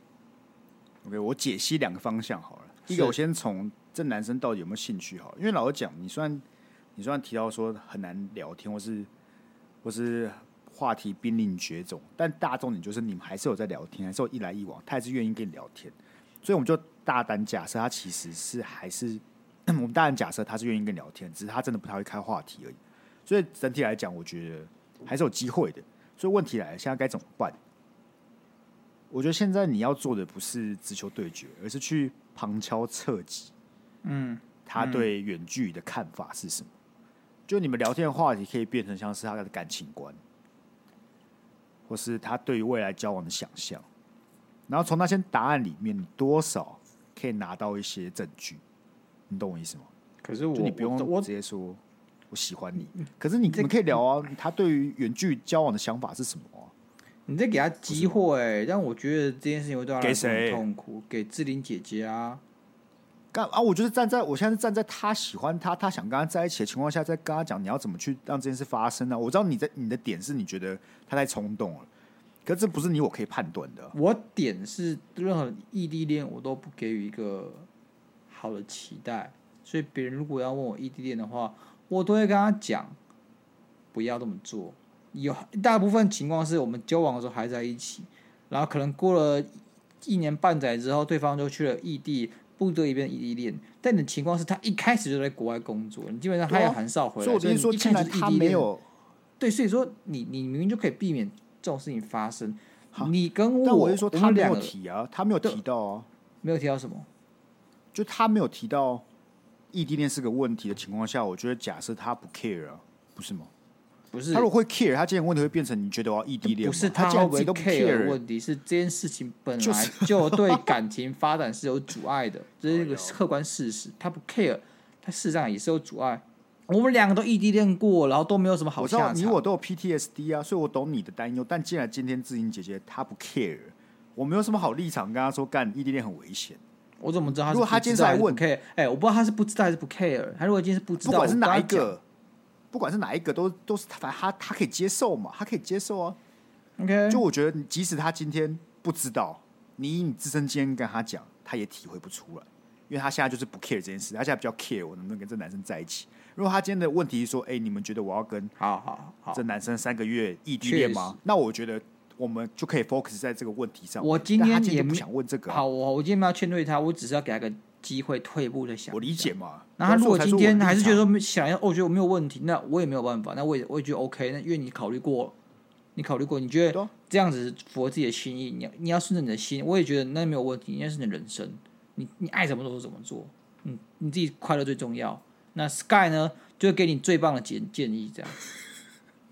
OK， 我解析两个方向好了。一个我先从这男生到底有没有兴趣好了，因为老实讲，你虽然你虽然提到说很难聊天，或是或是话题濒临绝种，但大重点就是你们还是有在聊天，还是有一来一往，他还是愿意跟你聊天，所以我们就大胆假设他其实是还是我们大胆假设他是愿意跟你聊天，只是他真的不太会开话题而已。所以整体来讲，我觉得还是有机会的。所以问题来了，现在该怎么办？我觉得现在你要做的不是直球对决，而是去旁敲侧击。 嗯， 他对远距离的看法是什么？就你们聊天的话题可以变成像是他的感情观，或是他对于未来交往的想象，然后从那些答案里面，你多少可以拿到一些证据，你懂我意思吗？ 可是我就你不用直接说我喜欢你，可是你你们可以聊啊，他对于远距离交往的想法是什么啊？ 你在给他机会，让我觉得这件事情会对他来说给谁很痛苦。给志玲姐姐啊， 干啊！我就是站在我现在是站在他喜欢他，他想跟他在一起的情况下，再跟他讲你要怎么去让这件事发生呢、啊？我知道你在你的点是你觉得他太冲动了，可是这不是你我可以判断的。 我点是任何异地恋我都不给予一个好的期待，所以别人如果要问我异地恋的话，我都会跟他讲不要这么做。有大部分情况是我们交往的时候还在一起，然后可能过了一年半载之后，对方就去了异地，不得已变异地恋。但你的情况是他一开始就在国外工作，你基本上他也很少回来， 所以我跟你说，既然他没有对，所以说你你明明就可以避免这种事情发生。你跟我， 但我是说他没有提啊，他没有提到啊， 没有提到什么， 就他没有提到异地恋是个问题的情况下，我觉得假设他不 care 啊，不是吗？ 不是， 他如果会 care， 他今天问题会变成你觉得我要异地恋吗？ 不是他会不会都不 care 的问题，是这件事情本来就对感情发展是有阻碍的，这是一个客观事实。他不 care， 他事实上也是有阻碍。我们两个都异地恋过，然后都没有什么好下场。 我知道你我都有 P T S D 啊，所以我懂你的担忧。但既然今天志英姐姐她不 care， 我没有什么好立场跟她说干异地恋很危险。 我怎么知道他是如果他今天是来问 care？ 哎、欸，我不知道他是不知道还是不 care。他如果今天是不知道， 不管是哪一个，不管是哪一个，都都是反正他他可以接受嘛，他可以接受啊。 OK， 就我觉得，即使他今天不知道，你以你自身经验跟他讲，他也体会不出来，因为他现在就是不 care 这件事，他现在比较 care 我能不能跟这男生在一起。如果他今天的问题是说，哎、欸，你们觉得我要跟好好好这男生三个月异地恋吗？那我觉得我们就可以 focus 在这个问题上。 我今天也不想问这个、啊。 好，我我今天没有劝退他，我只是要给他个机会退步的想。 我理解嘛。 那他如果今天还是觉得说想要，哦，觉得我没有问题，那我也没有办法，那我也我也觉得 OK。那因为你考虑过，你考虑过，你觉得这样子符合自己的心意，你要你要顺着你的心，我也觉得那没有问题，因为是你的人生，你你爱怎么做就怎么做，嗯，你自己快乐最重要。那 Sky 呢，就会给你最棒的建建议，这样。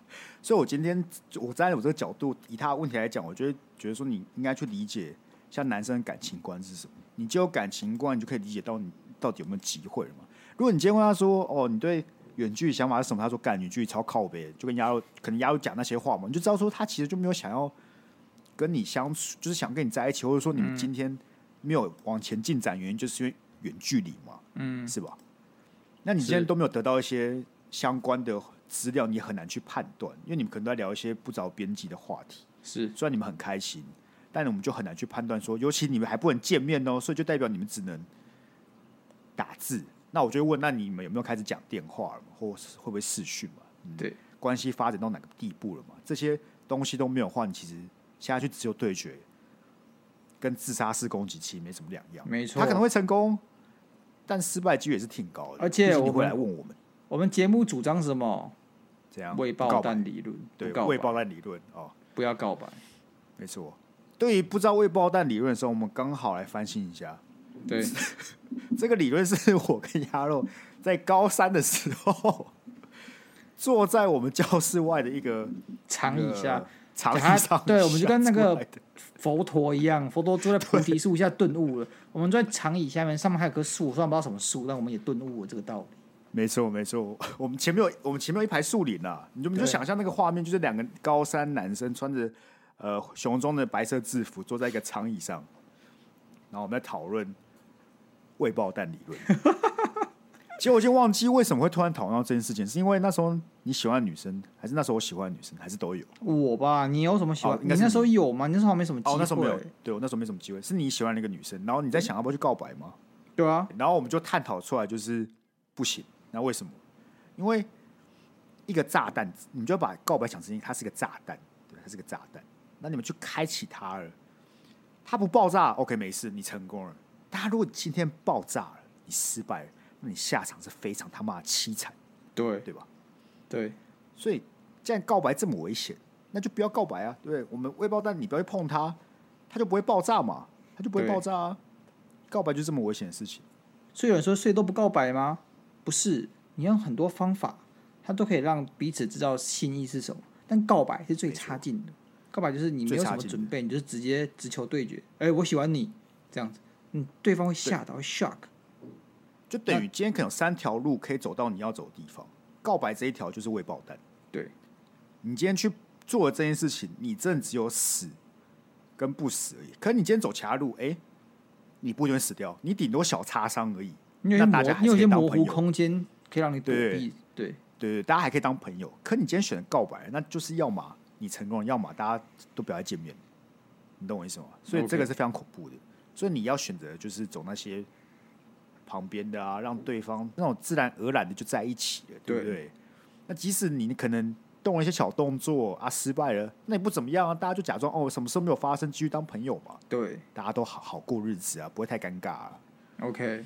所以我今天我站在我这个角度，以他的问题来讲，我就会觉得说，你应该去理解，像男生的感情观是什么。你就有感情观，你就可以理解到你到底有没有机会了嘛。如果你今天问他说，哦，你对远距离想法是什么？他说，干远距离超靠北，就跟鸭肉可能鸭肉讲那些话嘛，你就知道说他其实就没有想要跟你相处，就是想跟你在一起，或者说你们今天没有往前进展，原因就是因为远距离嘛，嗯，是吧？那你今天都没有得到一些相关的资料，你很难去判断，因为你们可能都在聊一些不着边际的话题。 是， 虽然你们很开心，但我们就很难去判断说，尤其你们还不能见面哦，所以就代表你们只能打字。那我就会问，那你们有没有开始讲电话了嘛，或会不会视讯嘛？嗯、 对， 关系发展到哪个地步了嘛？这些东西都没有的话，你其实现在去只有对决，跟自杀式攻击其实没什么两样。 没错， 他可能会成功，但失败几率也是挺高的。 而且你会来问我们， 我们节目主张什么？ 这样未爆弹理论， 对，未爆弹理论哦， 不要告白， 没错。对于不知道未爆弹理论的时候，我们刚好来翻新一下。 对， 这个理论是我跟鸭肉在高三的时候，坐在我们教室外的一个长椅下， 长椅上， 对，我们就跟那个佛陀一样，佛陀坐在菩提树下顿悟了。我们坐在长椅下面，上面还有棵树，虽然不知道什么树，但我们也顿悟了这个道理。 没错，没错，我们前面有我们前面有一排树林啊，你就你就想象那个画面，就是两个高三男生穿着呃雄中的白色制服，坐在一个长椅上，然后我们在讨论未爆弹理论。其实我已经忘记为什么会突然讨论到这件事情，是因为那时候你喜欢的女生，还是那时候我喜欢的女生，还是都有？ 我吧，你有什么喜欢？ 哦、 你那时候有吗？你那时候没什么机会。 哦，那时候没有，对我那时候没什么机会，是你喜欢那个女生，然后你在想要不要去告白吗？ 对啊， 然后我们就探讨出来，就是不行。那为什么？因为一个炸弹，你就把告白想成它是个炸弹，对，它是个炸弹。那你们去开启它了，它不爆炸 ，OK， 没事，你成功了。但它如果今天爆炸了，你失败了，那你下场是非常他妈的凄惨， 对对吧？ 对，所以既然告白这么危险，那就不要告白啊，对不对？我们未爆弹，你不要去碰它，它就不会爆炸嘛，它就不会爆炸啊。告白就这么危险的事情。 所以有人说，所以都不告白吗？不是，你用很多方法，它都可以让彼此知道心意是什么。但告白是最差劲的，告白就是你没有什么准备，你就是直接直球对决。哎、欸，我喜欢你，这样子，嗯，对方会吓到，会 shock。 就等于今天可能有三条路可以走到你要走的地方，告白这一条就是未爆弹。 对， 你今天去做这件事情，你真的只有死跟不死而已。可是你今天走其他路，哎、欸，你不一定会死掉，你顶多小擦伤而已。那大家还你有些模糊空间可以让你躲避，对对对，大家还可以当朋友。可你今天选告白，那就是要么你成功了，要么大家都不要再见面，你懂我意思吗？所以这个是非常恐怖的。所以你要选择就是走那些旁边的啊，让对方那种自然而然的就在一起了，对不对？对，那即使你可能动了一些小动作啊，失败了，那也不怎么样啊，大家就假装哦，什么事没有发生，继续当朋友嘛。 对， 大家都好好过日子啊，不会太尴尬啊。 OK。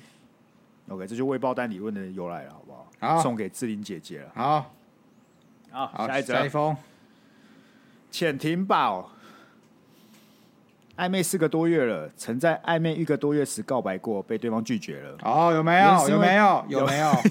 OK， 这就未爆弹理论的由来了，好不好？ 好， 送给志玲姐姐了。 好， 好， 好， 下一则。 下一封。 浅婷宝，暧昧四个多月了，曾在暧昧一个多月时告白过，被对方拒绝了。 哦，有没有？有没有？有没有？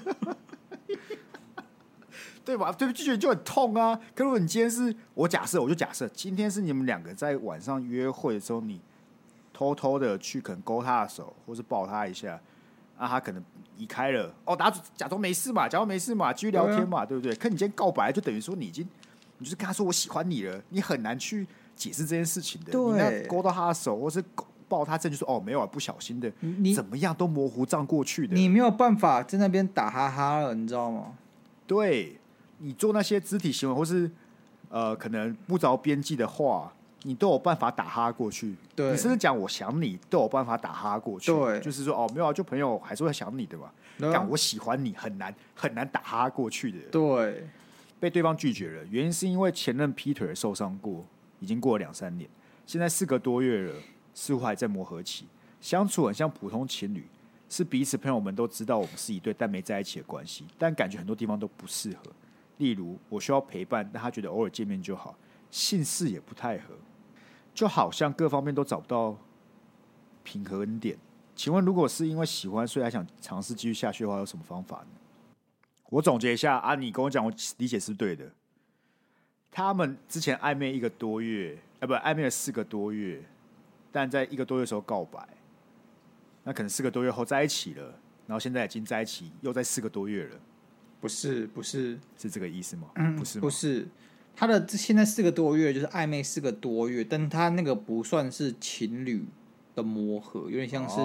对吧？对，拒绝就很痛啊。可如果你今天是我假设，我就假设今天是你们两个在晚上约会的时候，你偷偷的去可能勾他的手，或是抱他一下。啊，他可能移开了，哦，大家假装没事嘛，假装没事嘛，继续聊天嘛， 对,、啊、对不对？可你今天告白，就等于说你已经，你就是跟他说我喜欢你了，你很难去解释这件事情的。 对， 你要勾到他的手，或是抱他，这就说哦，没有啊，不小心的，你怎么样都模糊账过去的， 你没有办法在那边打哈哈了，你知道吗？ 对，你做那些肢体行为，或是呃，可能不着边际的话。你都有办法打哈过去， 对， 你甚至讲我想你都有办法打哈过去， 对， 就是说哦没有啊，就朋友还是会想你的嘛。讲我喜欢你很难很难打哈过去的， 对， 被对方拒绝了，原因是因为前任劈腿受伤过，已经过了两三年，现在四个多月了，似乎还在磨合期，相处很像普通情侣，是彼此朋友们都知道我们是一对但没在一起的关系，但感觉很多地方都不适合，例如我需要陪伴，但他觉得偶尔见面就好，姓氏也不太合。就好像各方面都找不到平衡点。请问，如果是因为喜欢，所以还想尝试继续下去的话，有什么方法呢？我总结一下啊，你跟我讲，我理解是对的。 他们之前暧昧一个多月，呃，不，暧昧了四个多月，但在一个多月的时候告白，那可能四个多月后在一起了，然后现在已经在一起，又在四个多月了。 不是，不是， 是这个意思吗？ 嗯， 不是吗， 不是。他的现在四个多月就是暧昧四个多月，但他那个不算是情侣的磨合，有点像是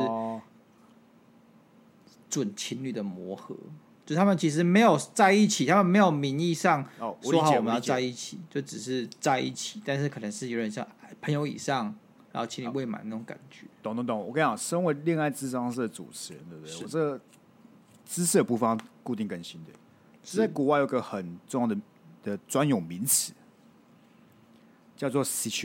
准情侣的磨合，就是他们其实没有在一起，他们没有名义上说好我们要在一起，就只是在一起，但是可能是有点像朋友以上，然后情侣未满那种感觉。 懂懂懂，我跟你讲，身为恋爱諮商室的主持人，对不对？我这个知识的部分固定更新的，是在国外有个很重要的的专有名词，叫做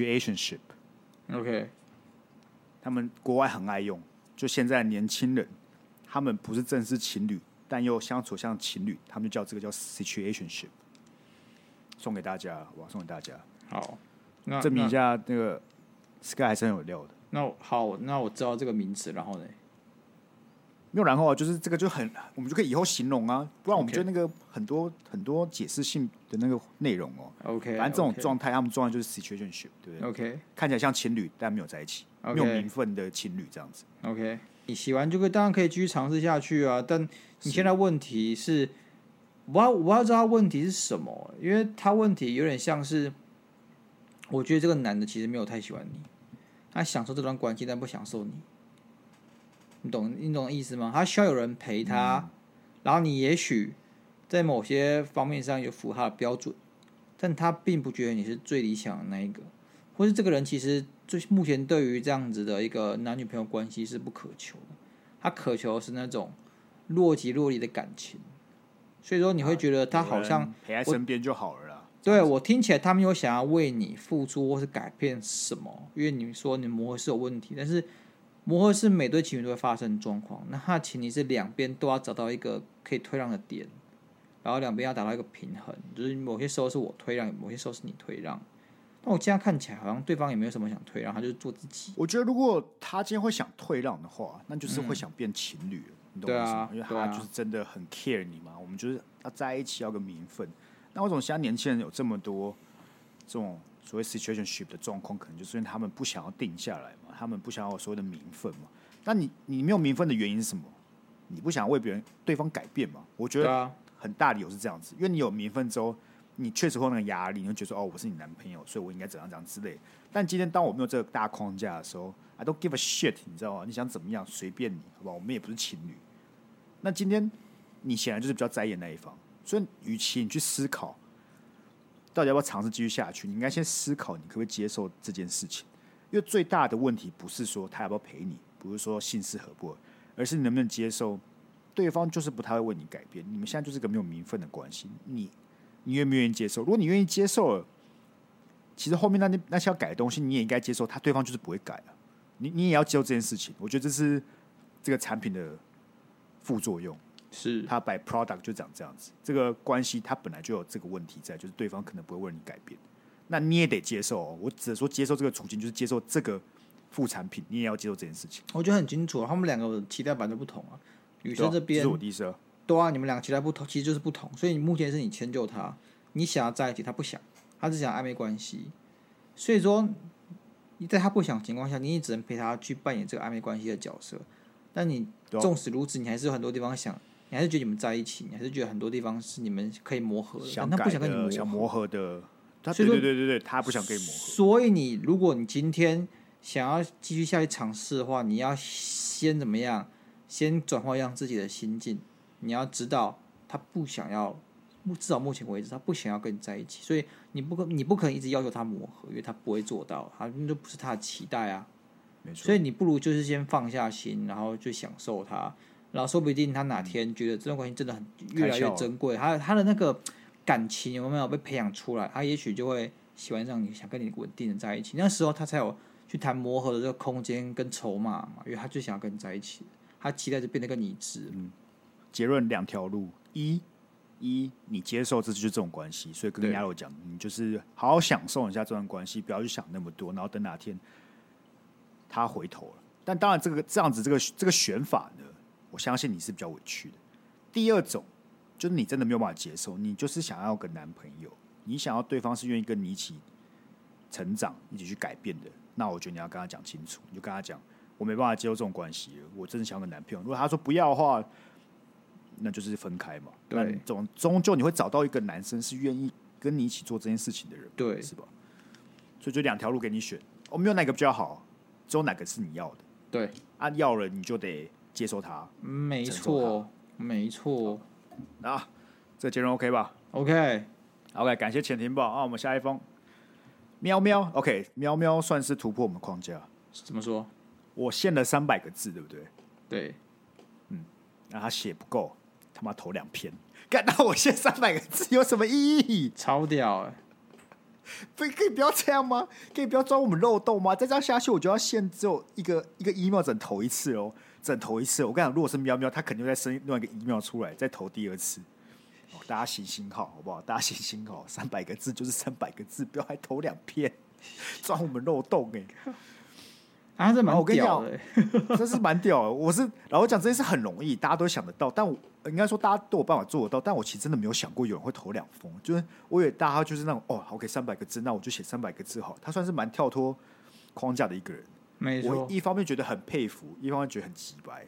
situationship。OK， 他们国外很爱用，就现在的年轻人，他们不是正式情侣，但又相处像情侣，他们就叫这个叫 situationship。送给大家，我送给大家。 好， 那证明一下那个 Sky 还是很有料的。 那好，那我知道这个名词，然后呢？ 没有然后啊，就是这个就很，我们就可以以后形容啊，不然我们就那个很多、okay. 很多解释性的那个内容哦。 OK， 反正这种状态， okay. 他们状态就是 situationship， 对不对 ？OK， 看起来像情侣，但没有在一起， okay. 没有名分的情侣这样子。 OK， 你洗完就可以，当然可以继续尝试下去啊。但你现在问题是，我要我要知道他问题是什么，因为他问题有点像是，我觉得这个男的其实没有太喜欢你，他享受这段关系，但不享受你。你懂你懂意思吗？他需要有人陪他，嗯、然后你也许在某些方面上有符合他的标准，但他并不觉得你是最理想的那一个，或是这个人其实最目前对于这样子的一个男女朋友关系是不渴求的，他渴求的是那种若即若离的感情，所以说你会觉得他好像陪在身边就好了啦。 对我听起来他没有想要为你付出或是改变什么，因为你说你磨合是有问题，但是磨合是每对情侣都会发生的状况，那它的前提是两边都要找到一个可以退让的点，然后两边要达到一个平衡，就是某些时候是我退让，某些时候是你退让。但我这样看起来好像对方也没有什么想退让，他就是做自己。 我觉得如果他今天会想退让的话，那就是会想变情侣了，嗯、你懂我意思吗？因为他就是真的很 care 你嘛，我们就是要在一起要个名分。那为什么现在年轻人有这么多这种所谓 situationship 的状况，可能就是因为他们不想要定下来嘛，他们不想要有所谓的名分嘛。那你你没有名分的原因是什么？你不想为别人对方改变嘛？我觉得很大理由是这样子，因为你有名分之后，你确实会有那个压力，你会觉得说哦，我是你男朋友，所以我应该怎样怎样之类。但今天当我没有这个大框架的时候 ，I don't give a shit， 你知道吗？你想怎么样随便你，好不好？我们也不是情侣。那今天你显然就是比较在意的那一方，所以与其你去思考到底要不要尝试继续下去，你应该先思考你可不可以接受这件事情。因为最大的问题不是说他要不要陪你，不是说性事合不合，而是你能不能接受对方就是不太会为你改变。你们现在就是个没有名分的关系，你你愿不愿意接受？如果你愿意接受了，其实后面那那些要改的东西，你也应该接受，他对方就是不会改啊。你你也要接受这件事情。我觉得这是这个产品的副作用。 是他 by product 就长这样子，这个关系它本来就有这个问题在，就是对方可能不会为你改变，那你也得接受哦。我只是说接受这个处境，就是接受这个副产品，你也要接受这件事情。 我觉得很清楚，他们两个期待版都不同啊。女生这边， 这是我第一次。 对啊，你们两个期待不同，其实就是不同。所以你目前是你迁就他，你想要在一起，他不想，他只想暧昧关系。所以说，在他不想的情况下，你也只能陪他去扮演这个暧昧关系的角色。但你纵使如此，你还是有很多地方想。你还是觉得你们在一起，你还是觉得很多地方是你们可以磨合的，但他不想跟你磨合。 想磨合的，他对对对对对，他不想跟你磨合。 所以你如果你今天想要继续下去尝试的话，你要先怎么样？先转换让自己的心境。你要知道他不想要，至少目前为止他不想要跟你在一起，所以你不可你不可能一直要求他磨合，因为他不会做到，他那就不是他的期待啊。 没错。 所以你不如就是先放下心，然后就享受他。然后说不定他哪天觉得这段关系真的很越来越珍贵，他他的那个感情有没有被培养出来，他也许就会喜欢上你，想跟你稳定的在一起。那时候他才有去谈磨合的这个空间跟筹码嘛，因为他就想要跟你在一起，他期待就变得更一致。 嗯，结论两条路：一，一你接受这就是这种关系，所以跟亚柔讲，你就是好好享受一下这段关系，不要去想那么多，然后等哪天他回头了。但当然，这个这样子这个这个选法呢？我相信你是比较委屈的。第二种就是你真的没有办法接受，你就是想要个男朋友， 你想要对方是愿意跟你一起成长、一起去改变的，那我觉得你要跟他讲清楚，你就跟他讲，我没办法接受这种关系了，我真的想要个男朋友。如果他说不要的话，那就是分开嘛。 对， 总终究你会找到一个男生是愿意跟你一起做这件事情的人， 对， 是吧？所以就两条路给你选，我、哦、没有哪个比较好，只有哪个是你要的。 对， 啊，要了你就得接受他， 没错，没错。 啊，这结论 OK 吧 ？OK，OK，、 okay. okay, 感谢潜艇宝啊，我们下一封，喵喵 ，OK， 喵喵算是突破我们框架。 怎么说？ 我限了三百个字，对不对？ 对， 嗯，那他写不够，他妈投两篇，干到我限三百个字有什么意义？ 超屌哎、欸！ 不可以不要这样吗？可以不要抓我们漏洞吗？再这样下去，我就要限只有一个一个 email 整投一次哦，整投一次。我跟你讲，如果是喵喵，他肯定会再生另外一个 email 出来，再投第二次。哦、大家行行好，好不好？大家行行好，三百个字就是三百个字，不要还投两篇，抓我们漏洞哎、欸！ 啊，这蛮屌的、 欸，真是蛮屌的。我是，然后讲这件事很容易，大家都想得到，但我应该说大家都有办法做得到，但我其实真的没有想过有人会投两封，就是我以为大家就是那种哦 ，OK， 三百个字，那我就写三百个字好。他算是蛮跳脱框架的一个人， 没错。 我一方面觉得很佩服，一方面觉得很鸡掰。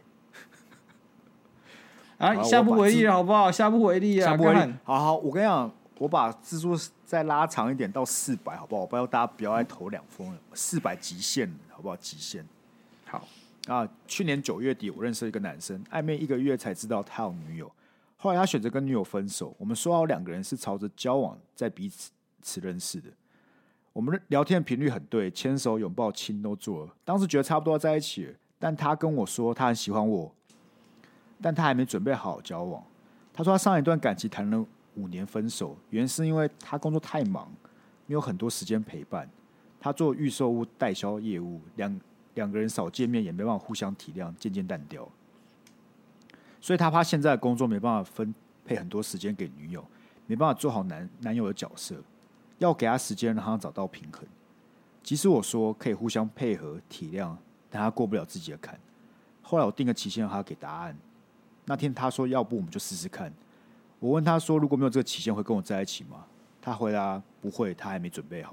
啊，下不为例了，好不好？下不为例啊！ 下不为例。好好，我跟你讲，我把字数再拉长一点到四百，好不好？我不要大家不要再投两封了，四百极限，好不好？极限。 好啊，去年九月底，我认识了一个男生，暧昧一个月才知道他有女友。后来他选择跟女友分手。我们说好两个人是朝着交往在彼此认识的。我们聊天的频率很对，牵手、拥抱、亲都做了。当时觉得差不多要在一起了，但他跟我说他很喜欢我，但他还没准备好好交往。他说他上一段感情谈了五年分手，原因是因为他工作太忙，没有很多时间陪伴。他做预售屋代销业务，两两个人少见面也没办法互相体谅，渐渐淡掉。所以他怕现在的工作没办法分配很多时间给女友，没办法做好男男友的角色，要给他时间让他找到平衡。即使我说可以互相配合体谅，但他过不了自己的坎。后来我定个期限让他给答案。那天他说要不我们就试试看。我问他说如果没有这个期限会跟我在一起吗？他回答不会，他还没准备好。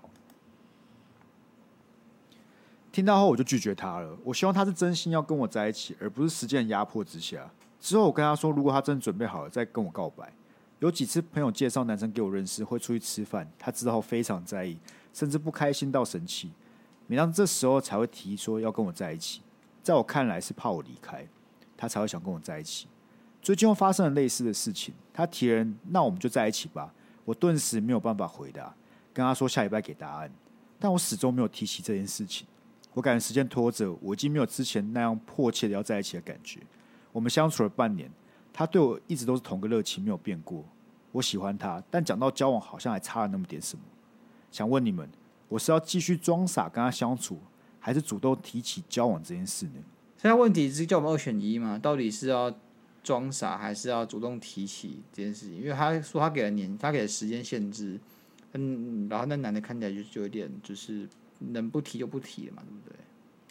听到后我就拒绝他了。我希望他是真心要跟我在一起，而不是时间的压迫之下。之后我跟他说，如果他真的准备好了，再跟我告白。有几次朋友介绍男生给我认识，会出去吃饭，他知道后非常在意，甚至不开心到生气。每当这时候才会提说要跟我在一起，在我看来是怕我离开，他才会想跟我在一起。最近又发生了类似的事情，他提人，那我们就在一起吧。我顿时没有办法回答，跟他说下礼拜给答案，但我始终没有提起这件事情。我感觉时间拖着，我已经没有之前那样迫切的要在一起的感觉。我们相处了半年，他对我一直都是同个热情，没有变过。我喜欢他，但讲到交往，好像还差了那么点什么。想问你们，我是要继续装傻跟他相处，还是主动提起交往这件事呢？ 现在问题是叫我们二选一嘛？到底是要装傻，还是要主动提起这件事情？因为他说他给了年，他给了时间限制，嗯，然后那男的看起来就就有点就是能不提就不提了嘛，对不对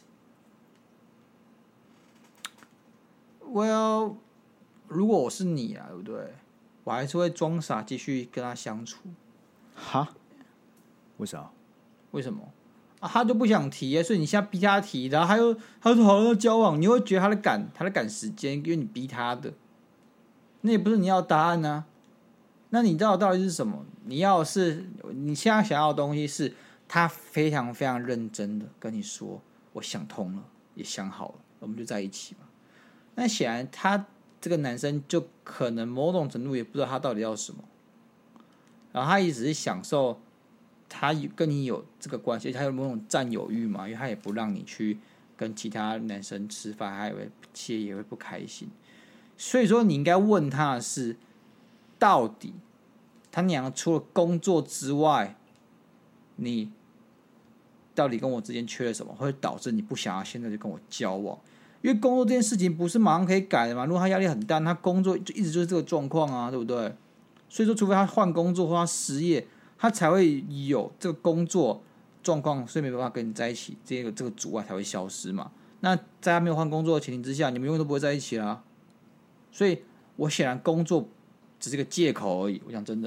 ？Well， 如果我是你啊，对不对？我还是会装傻继续跟他相处。 哈？为啥？ 为什么？啊，他就不想提耶，所以你现在逼他提，然后他又他说好要交往，你会觉得他在赶他在赶时间，因为你逼他的，那也不是你要的答案啊。那你知道到底是什么？你要的是你现在想要的东西是，他非常非常认真的跟你说，我想通了，也想好了，我们就在一起嘛。那显然他这个男生就可能某种程度也不知道他到底要什么，然后他也只是享受他跟你有这个关系，他有某种占有欲嘛，因为他也不让你去跟其他男生吃饭，他也会其实也会不开心。所以说你应该问他的是，到底他娘除了工作之外，你到底跟我之间缺了什么，会导致你不想要现在就跟我交往？因为工作这件事情不是马上可以改的嘛，如果他压力很大，他工作就一直就是这个状况啊，对不对？所以说，除非他换工作或他失业，他才会有这个工作状况，所以没办法跟你在一起，这个这个阻碍才会消失嘛。那在他没有换工作的前提之下，你们永远都不会在一起啦。所以我显然工作只是个借口而已。我讲真的，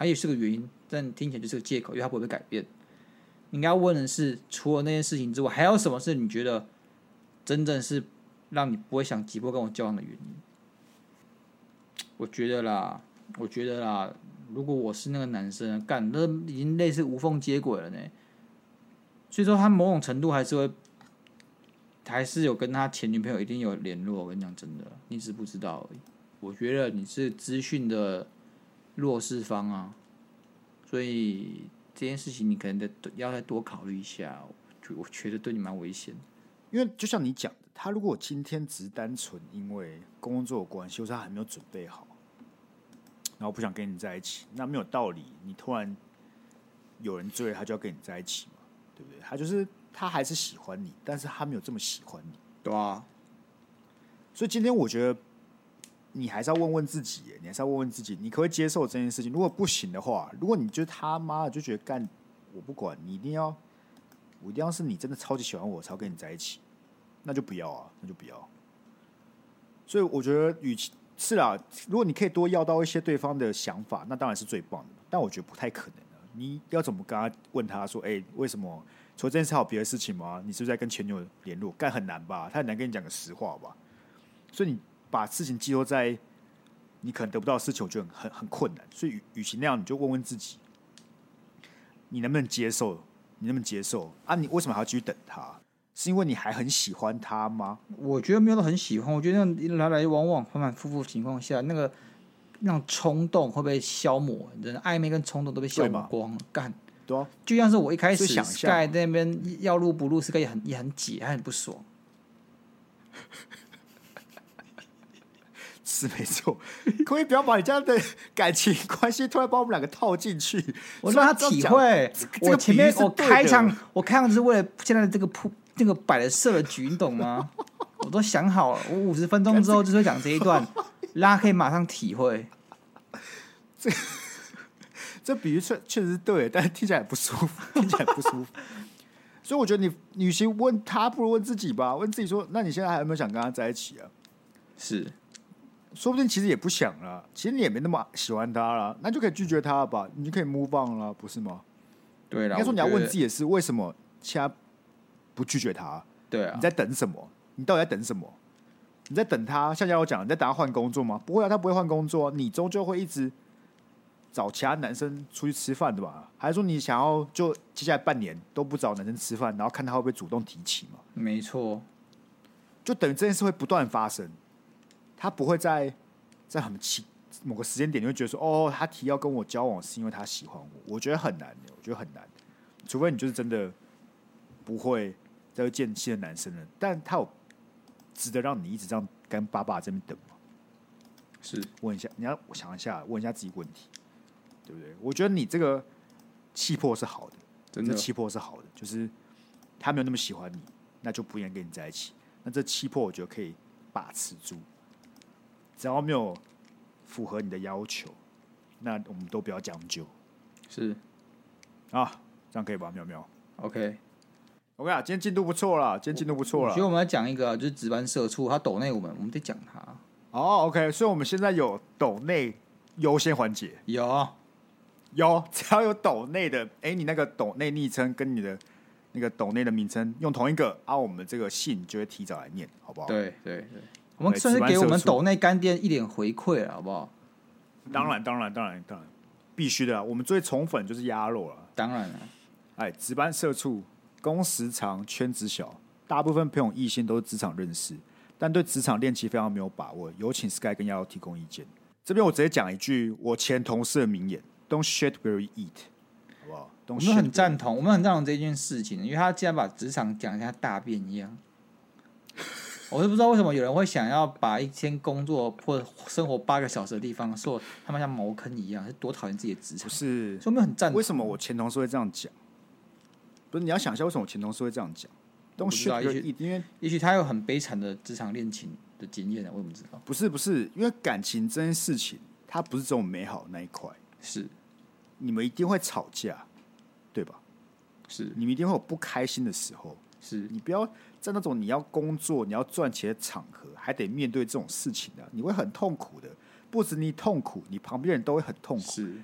它也是个原因，但听起来就是个借口，因为它不会被改变。你应该问的是，除了那件事情之外，还有什么是你觉得真正是让你不会想急迫跟我交往的原因？我觉得啦，我觉得啦，如果我是那个男生，干，那已经类似无缝接轨了呢。所以说，他某种程度还是会，还是有跟他前女朋友一定有联络。我跟你讲真的，你只是不知道而已。我觉得你是资讯的弱势方啊，所以这件事情你可能得要再多考虑一下。我觉得对你蛮危险的。 因为就像你讲的，他如果今天只是单纯因为工作关系，或是他还没有准备好，然后不想跟你在一起，那没有道理。你突然有人追，他就要跟你在一起嘛，对不对？他就是他还是喜欢你，但是他没有这么喜欢你， 对啊。 所以今天我觉得你还是要问问自己，你还是要问问自己，你可不可以接受这件事情？如果不行的话，如果你就他妈的就觉得干我不管，你一定要。我一定要是你真的超级喜欢我，才要跟你在一起，那就不要啊，那就不要。所以我觉得，与其是啦，如果你可以多要到一些对方的想法，那当然是最棒的。但我觉得不太可能了。你要怎么跟他问他说：“哎、欸，为什么？除了这件事还有别的事情吗？你是不是在跟前女友联络？”干很难吧？他很难跟你讲个实话吧？所以你把事情寄托在你可能得不到的事情，我觉得很很困难。所以与与其那样，你就问问自己，你能不能接受？你能不能接受啊？你为什么还要继续等他？是因为你还很喜欢他吗？ 我觉得没有到很喜欢，我觉得那来来往往、反反复复的情况下，那个那种冲动会被消磨，真的暧昧跟冲动都被消磨光了。干， 对啊， 就像是我一开始 Sky 那边要录不录，Sky 也很也很解，还很不爽。 是没错，可以不要把你这样的感情关系突然把我们两个套进去。 我让他体会，我前面我开场我开场是为了现在的这个铺这个摆的设的局，你懂吗？我都想好了，我五十分钟之后就会讲这一段，让他可以马上体会。 这这比喻确确实是对，但是听起来很不舒服，听起来很不舒服。所以我觉得你与其问他，不如问自己吧。问自己说：那你现在还有没有想跟他在一起啊？ 是。 说不定其实也不想了，其实你也没那么喜欢他了，那就可以拒绝他了吧，你就可以 move on 了，不是吗？ 对啦， 应该说你要问自己的是，为什么现在不拒绝他？ 对啊， 你在等什么？你到底在等什么？你在等他？像我讲，你在等他换工作吗？不会啊，他不会换工作，你终究会一直找其他男生出去吃饭的吧？还是说你想要就接下来半年都不找男生吃饭，然后看他会不会主动提起嘛？ 没错， 就等于这件事会不断发生。他不会在在很奇某个时间点，你会觉得说，哦，他提要跟我交往是因为他喜欢我。我觉得很难，我觉得很难，除非你就是真的不会再见新的男生了。但他有值得让你一直这样跟爸爸这边等吗？ 是， 问一下，你要想一下，问一下自己问题，对不对？我觉得你这个气魄是好的， 真的气魄是好的，就是他没有那么喜欢你，那就不应该跟你在一起。那这气魄，我觉得可以把持住。只要没有符合你的要求，那我们都不要将就。 是啊，这样可以吧？妙妙 ，OK，OK 啊，今天进度不错啦，今天进度不错啦。 我觉得我们来讲一个，就是值班社畜，他抖内我们，我们得讲他。 哦 ，OK， 所以我们现在有抖内优先环节， 有有，只要有抖内的，哎、欸，你那个抖内昵称跟你的那个抖内的名称用同一个，啊，我们这个信就会提早来念，好不好？ 对对对。我们算是给我们抖内干爹一点回馈了，好不好？ 当然，当然，当然，当然，必须的。我们最宠粉就是鸭肉了。 当然了， 哎，值班社畜，工时长，圈子小，大部分朋友异性都是职场认识，但对职场恋情非常没有把握。有请 Sky 跟鸭肉提供意见。这边我直接讲一句我前同事的名言 ：Don't shit where you eat， 好不好？ 我们很赞同，我们很赞同这件事情，因为他竟然把职场讲像大便一样。我都不知道为什么有人会想要把一天工作或者生活八个小时的地方说他们像茅坑一样，是多讨厌自己的职场。 不是， 所以我们很赞同。 为什么我前同事会这样讲？不是，你要想一下，为什么我前同事会这样讲？都需要，因为也许他有很悲惨的职场恋情的经验，我怎么知道？ 不是，不是，因为感情这件事情，它不是这种美好的那一块。 是， 你们一定会吵架，对吧？ 是， 你们一定会有不开心的时候。 是， 你不要在那种你要工作、你要赚钱的场合，还得面对这种事情啊，你会很痛苦的。不止你痛苦，你旁边人都会很痛苦。 是，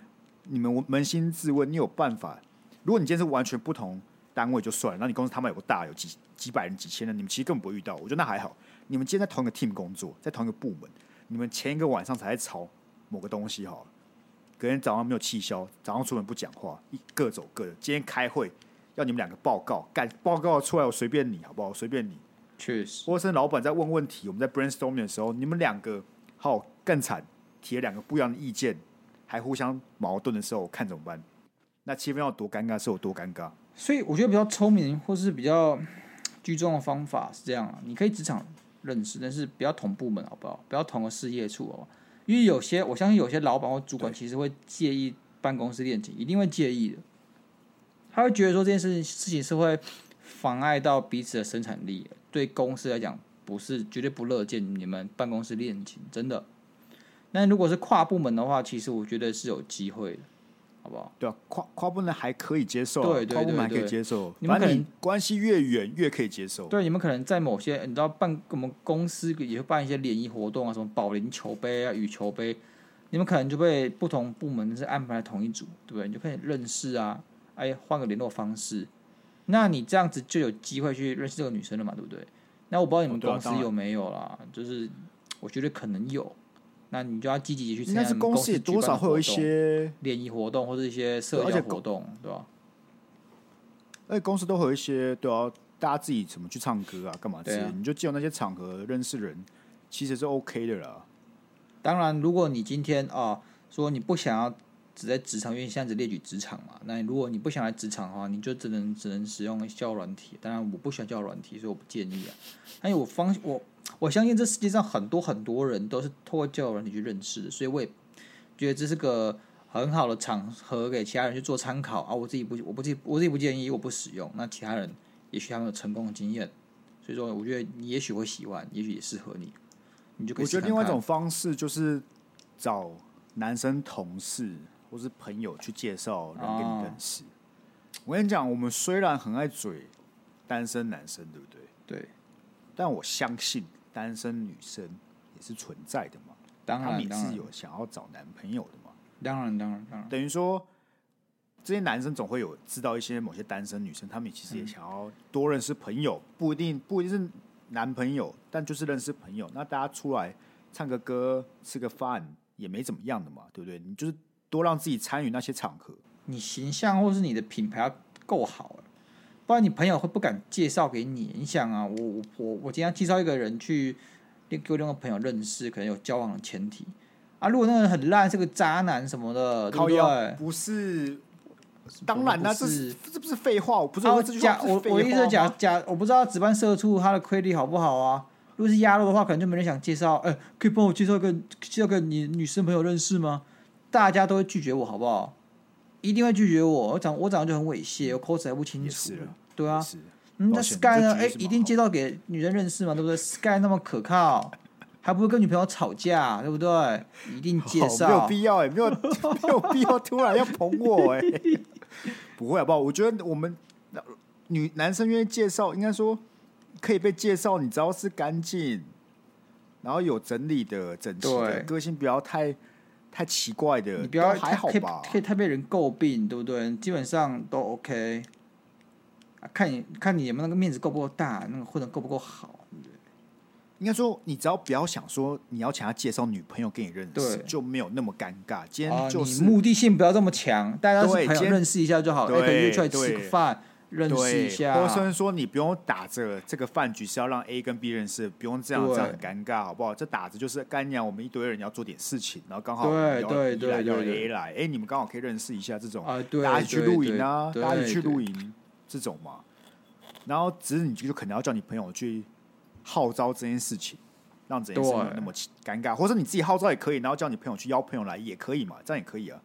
你们扪心自问，你有办法？如果你今天是完全不同单位就算了，那你公司他们有个大有几几百人、几千人，你们其实根本不会遇到。我觉得那还好。你们今天在同一个 team 工作，在同一个部门，你们前一个晚上才在吵某个东西好了，隔天早上没有气消，早上出门不讲话，各走各的。今天开会要你们两个报告，干报告出来我随便你好不好？随便你。 确实， 或是老板在问问题，我们在 brainstorming 的时候，你们两个好更惨，提了两个不一样的意见，还互相矛盾的时候，我看怎么办？那气氛要多尴尬是有多尴尬。 所以我觉得比较聪明或是比较居中的方法是这样啊，你可以职场认识，但是不要同部门好不好？不要同个事业处哦，因为有些我相信有些老板或主管其实会介意办公室恋情，一定会介意的。他会觉得说这件事情事情是会妨碍到彼此的生产力，对公司来讲不是绝对不乐见你们办公室恋情，真的。那如果是跨部门的话，其实我觉得是有机会的。好不好？ 对啊，跨跨部门还可以接受、啊， 对对对对跨部门还可以接受。 你们可能关系越远越可以接受。 对，你们可能在某些你知道办我们公司也会办一些联谊活动啊，什么保龄球杯啊、羽球杯，你们可能就被不同部门是安排在同一组，对不对？你就可以认识啊，哎，换个联络方式，那你这样子就有机会去认识这个女生了嘛，对不对？那我不知道你们公司有没有啦，就是我觉得可能有。那你就要积极去参加。 应该是公司也多少会有一些联谊活动或者一些社交活动，对吧？ 而且公司都会有一些，对啊，大家自己怎么去唱歌啊，干嘛之类的， 啊、 你就借由那些场合认识人，其实是 OK 的啦。 当然，如果你今天啊、呃、说你不想要只在职场，因为现在只列举职场嘛，那如果你不想来职场的话，你就只能只能使用交友软体。当然，我不喜欢交友软体，所以我不建议啊。因为我方我。我相信这世界上很多很多人都是透过交友软体去认识的，所以我也觉得这是个很好的场合给其他人去做参考啊。我自己不，我不自己我自己不建议，我不使用。那其他人也许他们有成功的经验，所以说我觉得你也许会喜欢，也许也适合你，你就可以试看看。 我觉得另外一种方式就是找男生同事或是朋友去介绍人给你认识。哦、我跟你讲，我们虽然很爱嘴单身男生，对不对？ 对， 但我相信。单身女生也是存在的嘛， 当然， 他们也是有想要找男朋友的嘛。 当然，当然，当然。 等于说，这些男生总会有知道一些某些单身女生，他们其实也想要多认识朋友，不一定不一定是男朋友，但就是认识朋友。那大家出来唱个歌、吃个饭也没怎么样的嘛，对不对？你就是多让自己参与那些场合， 你形象或是你的品牌要够好。不然你朋友会不敢介绍给你。你想啊，我我我我今天介绍一个人去给我另外朋友认识，可能有交往的前提啊。如果那个人很烂，是个渣男什么的，对不对？ 不是，当然啦，这是这不是废话，我不是我这句话我我意思是假假，我不知道值班社畜他的亏力好不好啊。如果是鸭肉的话，可能就没人想介绍。哎、欸，可以帮我介绍一个介绍个你女生朋友认识吗？大家都会拒绝我，好不好？一定会拒绝我，我长我长得就很猥亵，我口齿还不清楚，对啊。嗯，那 Sky 呢？哎、欸，一定介绍给女人认识嘛，对不对 ？Sky 那么可靠，还不会跟女朋友吵架，对不对？一定介绍、 哦，没有必要哎、欸，没有没有必要突然要捧我哎、欸，不会好不好？我觉得我们女男生愿意介绍，应该说可以被介绍，你只要是干净，然后有整理的、整齐的，个性不要太。太奇怪的， 你不要还好吧？ 可以太被人诟病，对不对？基本上都 OK。看你看你有没有那个面子够不够大，那个混得够不够好，对不对？ 应该说，你只要不要想说你要请他介绍女朋友给你认识，就没有那么尴尬。今天就是、 哦、你目的性不要这么强，大家是朋友认识一下就好，哎，可以约出来吃个饭。认识一下， 或者说你不用打着这个饭局是要让 A 跟 B 认识，不用这样，这样很尴尬，好不好？这打着就是干娘，我们一堆人要做点事情，然后刚好对要对对要 A 来，哎，你们刚好可以认识一下这种， 啊、对大家一起去露营啊， 大家一起去露营这种嘛。然后只是你就可能要叫你朋友去号召这件事情，让这件事情没有那么尴尬，或者你自己号召也可以，然后叫你朋友去邀朋友来也可以嘛，这样也可以啊。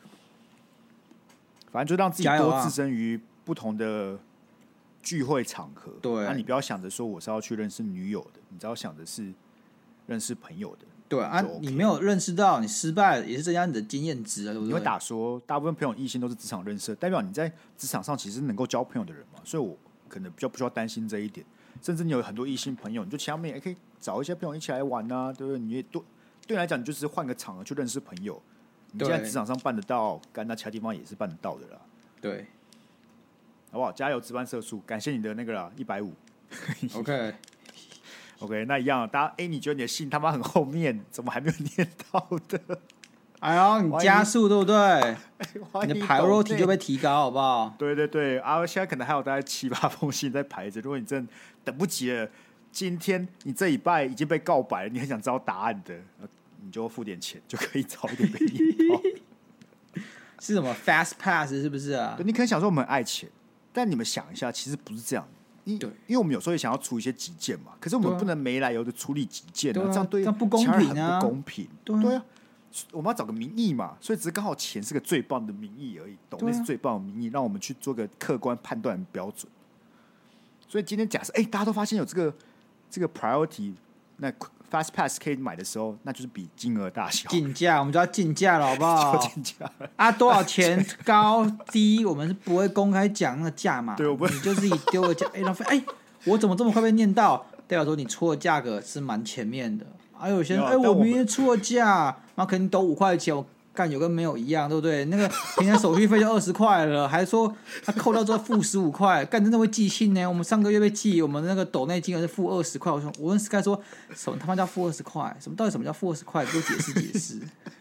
反正就让自己多置身于不同的聚会场合， 对， 那、啊、你不要想着说我是要去认识女友的，你只要想的是认识朋友的。 对啊， OK、你没有认识到，你失败了也是增加你的经验值啊，对不对？ 你会打说，大部分朋友异性都是职场认识的，代表你在职场上其实能够交朋友的人嘛，所以我可能比较不需要担心这一点。甚至你有很多异性朋友，你就前面也可以找一些朋友一起来玩啊，对不对？你也多对你来讲，你就是换个场合去认识朋友， 你现在职场上办得到，干那其他地方也是办得到的啦。 对， 好不好？加油，值班社畜，感谢你的那个啦，一百五。 OK OK， 那一样，大家哎、欸，你觉得你的信他妈很后面，怎么还没有念到的？ 哎呦，你加速对不对？你的 priority 就被提高，好不好？ 对对对，啊，现在可能还有大概七八封信在排着。如果你真的等不及了，今天你这礼拜已经被告白了，你很想知道答案的，你就付点钱，就可以早一点被念到。 是什么 fast pass 是不是啊？ 对，你可能想说我们很爱钱，但你们想一下，其实不是这样。因对， 因为我们有时候也想要出一些急件嘛，可是我们不能没来由的处理急件、啊啊、 这样对这样不公平啊， 不公平。 对啊。 对啊，我们要找个名义嘛，所以只是刚好钱是个最棒的名义而已，懂？那、啊、是最棒的名义，让我们去做个客观判断的标准。所以今天假设，哎、欸，大家都发现有这个这个 priority， 那 fast pass 可以买的时候，那就是比金额大小竞价，我们就要竞价了，好不好？ 竞价啊，多少钱高低，我们是不会公开讲那个价嘛。 对，我不你就自己丢个价，哎、欸，浪费，哎、欸，我怎么这么快被念到？代表说你出的价格是蛮前面的。还、啊、有些人，哎、欸，我明天出的价，然后可能抖五块钱，我干有跟没有一样，对不对？那个平常手续费就二十块了，还说他扣掉之后付十五块，干真的会寄信呢。我们上个月被寄，我们那个抖内金额是付二十块。我说，我问 Sky 说，什么他妈叫付二十块？什么到底什么叫付二十块？给我解释解释。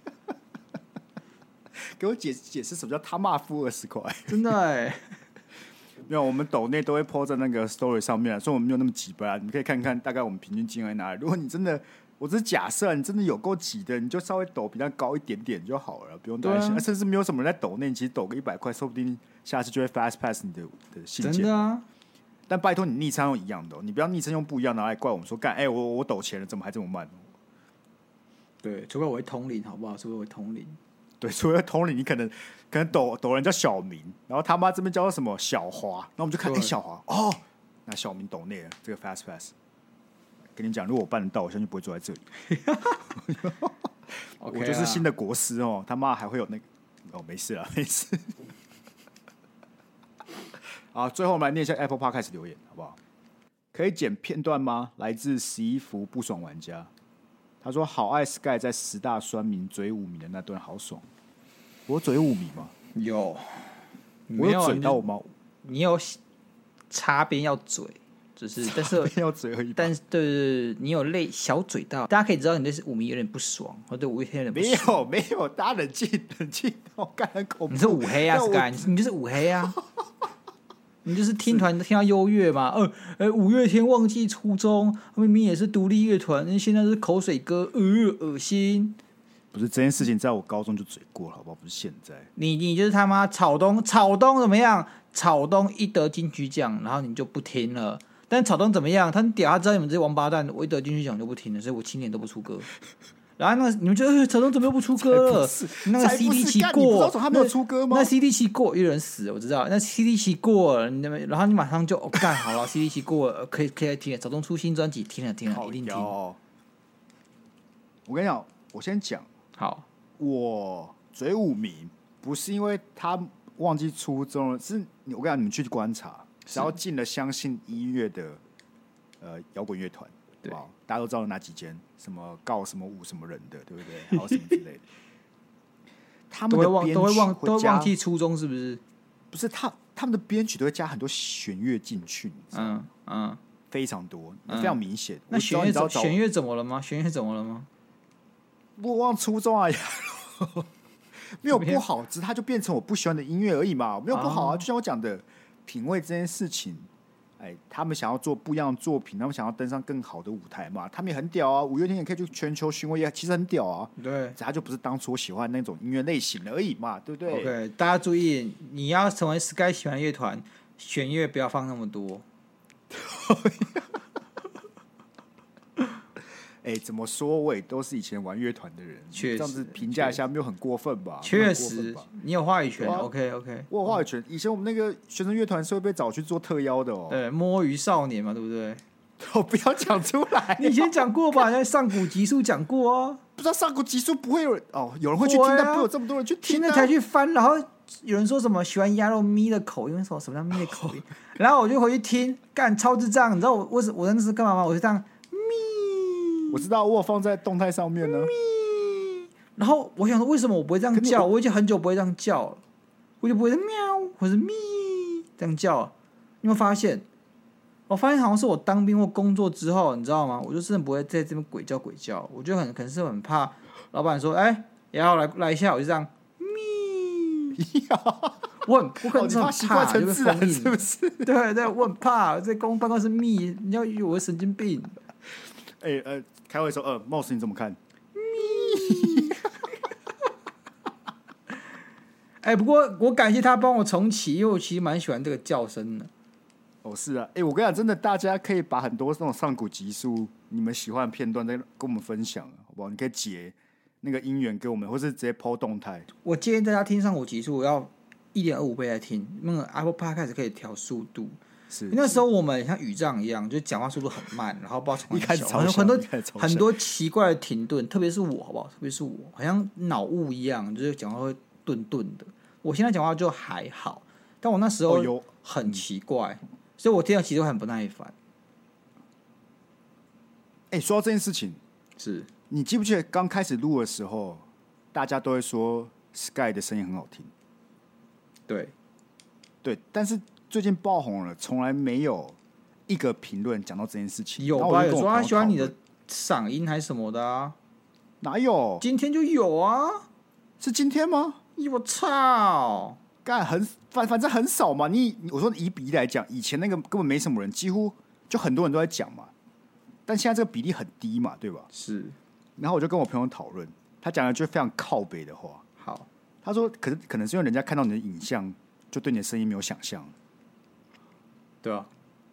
给我解解释什么叫他骂付二十块？ 真的哎、欸。 没有，我们抖内都会 po 在那个 story 上面，所以我们没有那么急吧。你可以看看大概我们平均金额在哪里。如果你真的，我只是假设你真的有够急的，你就稍微抖比较高一点点就好了，不用担心。啊、甚至没有什么人在抖内，你其实抖个一百块，说不定下次就会 fast pass 你的的信件。 真的啊！ 但拜托你昵称用一样的、哦，你不要昵称用不一样的来怪我们说干，哎、欸，我我抖钱了，怎么还这么慢？ 对，除非我会通灵，好不好？除非我会通灵。 对，除了通灵，你可能可能抖抖人叫小明，然后他妈这边叫做什么小华，那我们就看哎、欸、小华哦，那小明抖内了这个 fast pass。跟你讲，如果我办得到，我相信不会坐在这里。我就是新的国师哦，他妈还会有那个哦，没事了，没事。好，最后我们来念一下 Apple Podcast 留言，好不好？可以剪片段吗？来自十一伏不爽玩家，他说：“好爱 Sky 在十大酸民追五迷的那段，好爽。”我追五迷吗？ 有， 我有嘴到吗？ 你有擦边要嘴。就是，但是要嘴而已。 但是，对对对，你有类小嘴到，大家可以知道你对五迷有点不爽，或对五月天有点不爽。没有没有，大家冷静冷静，我干很恐怖。 你是五黑啊 ，Sky， 你, 你就是五黑啊，你就是听团听到优越嘛。呃呃，五月天忘记初衷，明明也是独立乐团，现在是口水歌，呃，恶心。 不是这件事情，在我高中就嘴过了，好不好？不是现在。 你你就是他妈草东，草东怎么样？草东一得金曲奖，然后你就不听了。但草东怎么样？他很屌，他知道你们这些王八蛋，我一得金曲奖就不听了，所以我七年都不出歌。然后那个你们觉得、欸、草东怎么又不出歌了？那个 C D 期过， 他没有出歌吗？ 那 C D 期过，有人死，我知道。那 C D 期过了，然後你马上就哦干好了 ，C D 期过了，可以可以听了。草东出新专辑，听了听了，一定听。 我跟你讲，我先讲好， 我追五迷不是因为他忘记初衷了，是我跟你讲，你们去观察。只要进了相信音乐的呃摇滚乐团，对吧？大家都知道哪几间，什么告什么舞什么人的，对不对？还有什么之类的，他们的编曲都会忘都会忘记初衷，是不是？ 不是他他们的编曲都会加很多弦乐进去，你知道吗？ 嗯嗯， 非常多，嗯、非常明显。 那弦乐怎弦乐怎么了吗？弦乐怎么了吗？ 我忘初衷啊！没有不好，只是它就变成我不喜欢的音乐而已嘛，没有不好啊。就像我讲的。品味这件事情，哎，他们想要做不一样的作品，他们想要登上更好的舞台嘛，他们也很屌啊。五月天也可以去全球巡回，也其实很屌啊。 对， 他就不是当初我喜欢那种音乐类型而已嘛，对不对 ？OK， 大家注意，你要成为 Sky 喜欢乐团，弦乐不要放那么多。 哎、欸，怎么说？我也都是以前玩乐团的人，这样子评价一下没有很过分吧？ 确实，你有话语权。OK OK， 我有话语权。以前我们那个学生乐团是会被找去做特邀的哦。 对，摸鱼少年嘛，对不对？ 我不要讲出来。 你以前讲过吧？在上古集数讲过啊。 不知道上古集数不会有人哦，有人会去听，啊、但不会有这么多人去听、啊。 现在才去翻，然后有人说什么喜欢鸭肉咪的口音，什么什么叫咪的口音，然后我就回去听，干超智障。你知道我我我那是干嘛吗？我是这样。 我知道，我有放在动态上面呢。 然后我想说，为什么我不会这样叫？我已经很久不会这样叫了，我就不会喵或者咪这样叫了。你有没有发现？我发现好像是我当兵或工作之后，你知道吗？我就真的不会在这边鬼叫鬼叫。我就很可能是很怕老板说：“哎、欸，也要来来一下。”我就这样咪。我很我可能很怕，就被封印， 是不是？ 对对，我很怕在公办公室咪，你要以为我是神经病。 哎、欸、呃，开会说呃，Moss 你怎么看？ 哎、欸，不过我感谢他帮我重启，因为我其实蛮喜欢这个叫声的。 哦，是啊，哎、欸，我跟你讲，真的，大家可以把很多那种上古集数你们喜欢的片段再跟我们分享，好不好？你可以截那个音源给我们，或是直接 po 动态。 我建议大家听上古集数要一点二五倍来听，那个 Apple Podcast 可以调速度。 是， 那时候我们像语障一样，就讲话速度很慢，然后不知道从哪小，很很多很多奇怪的停顿，特别是我，好不好？特别是我，好像脑雾一样，就是讲话会顿顿的。我现在讲话就还好，但我那时候很奇怪，哦嗯、所以我听到其实会很不耐烦。 哎、欸，说到这件事情， 是你记不记得刚开始录的时候，大家都会说 Sky 的声音很好听？ 对， 对，但是最近爆红了，从来没有一个评论讲到这件事情。 有吧？有说他喜欢你的嗓音还是什么的啊？ 哪有？ 今天就有啊？ 是今天吗？ 我操！ 干很反反正很少嘛。你我说以比例来讲，以前那个根本没什么人，几乎就很多人都在讲嘛。但现在这个比例很低嘛，对吧？ 是。 然后我就跟我朋友讨论，他讲了句非常靠北的话。 好， 他说：“可是可能是因为人家看到你的影像，就对你的声音没有想象。” 对啊，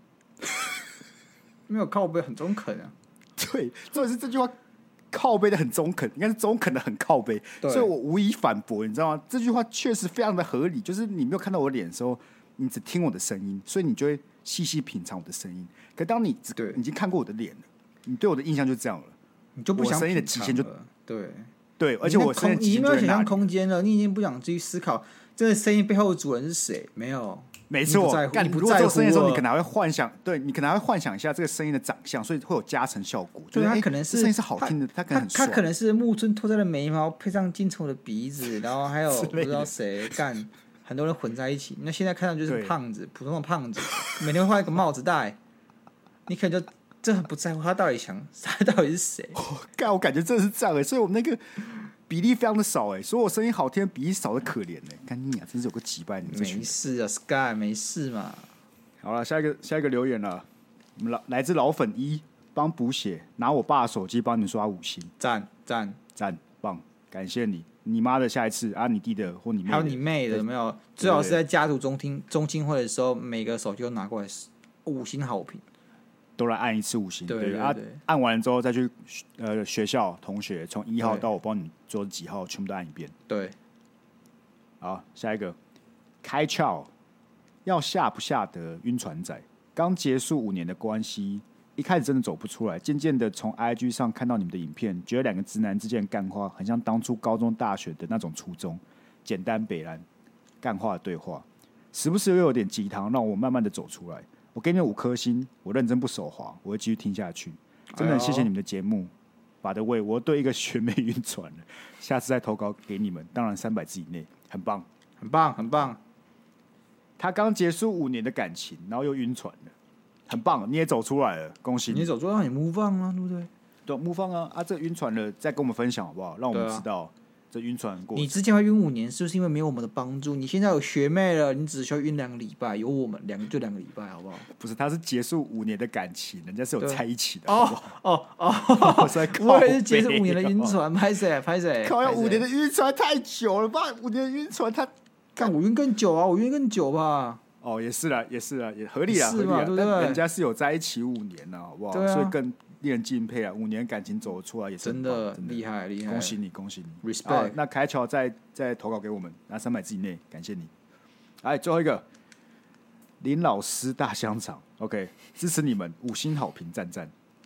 没有靠北很中肯啊。 对，重点是这句话靠北的很中肯，应该是中肯的很靠北，所以我无以反驳，你知道吗？这句话确实非常的合理，就是你没有看到我脸的时候，你只听我的声音，所以你就会细细品尝我的声音。可当你只已经看过我的脸了，你对我的印象就这样了， 你就不想我声音的极限就对对，而且我声音的极限就在哪里， 你没有想象空间了，你已经不想去思考这个声音背后的主人是谁，没有。 没错， 你不在乎。声音的时候，你可能还会幻想，对你可能还会幻想一下这个声音的长相，所以会有加成效果。 对， 就是他可能是声音是好听的，他可能很他可能是木村拓哉的眉毛配上金城武的鼻子，然后还有不知道谁干，很多人混在一起。那现在看到就是胖子，普通的胖子，每天会换一个帽子戴，你可能就这很不在乎他到底想他到底是谁。 干，我感觉真的是这样哎，所以我们那个比例非常的少哎，所以我声音好听的比例少的可怜哎，干你啊，真是有个几百你。 没事啊 ，Sky 没事嘛。 好了，下一个下一个留言了，我们老来自老粉一帮补血，拿我爸的手机帮你刷五星， 赞赞赞，棒，感谢你，你妈的下一次啊，你弟的或你妹的， 还有你妹的有没有？最好是在家族中听中亲会的时候，每个手机都拿过来五星好评。 都来按一次五星， 对对对， 啊，按完之后再去呃学校同学从一号到我帮你做几号，全部都按一遍。 对， 好，下一个开窍，要下不下得晕船仔，刚结束五年的关系，一开始真的走不出来，渐渐的从 I G 上看到你们的影片，觉得两个直男之间的干话很像当初高中大学的那种初中简单北蓝干话的对话，时不时又有点鸡汤，让我慢慢的走出来。我给你们五颗星，我认真不手滑，我会继续听下去。真的很谢谢你们的节目，把的位我对一个学妹晕船了，下次再投稿给你们，当然三百字以内，很棒， 很棒，很棒。 他刚结束五年的感情，然后又晕船了，很棒，你也走出来了，恭喜你！ 你走出来，你 move on 啊，对不对？ 对 ，move on 啊！啊，这晕船了，再跟我们分享好不好？让我们知道。这晕船过程， 你之前会晕五年，是不是因为没有我们的帮助？你现在有学妹了，你只需要晕两个礼拜，有我们两个就两个礼拜，好不好？ 不是，他是结束五年的感情，人家是有在一起的。 哦哦哦，我也是结束五年的晕船，拍谁拍谁？ 靠，要五年的晕船太久了吧？五年的晕船，他干我晕更久啊，我晕更久吧？ 哦，也是啦，也是啦，也合理啦， 是合理啦。 对不对？ 但人家是有在一起五年了，好不好？ 对啊， 所以更令人敬佩啊！五年感情走得出来也是真的厉害厉害， 恭喜你恭喜你 ，respect。 那凯乔再再投稿给我们，拿三百字以内，感谢你。哎，最后一个林老师大香肠 ，OK， 支持你们，五星好评，赞赞，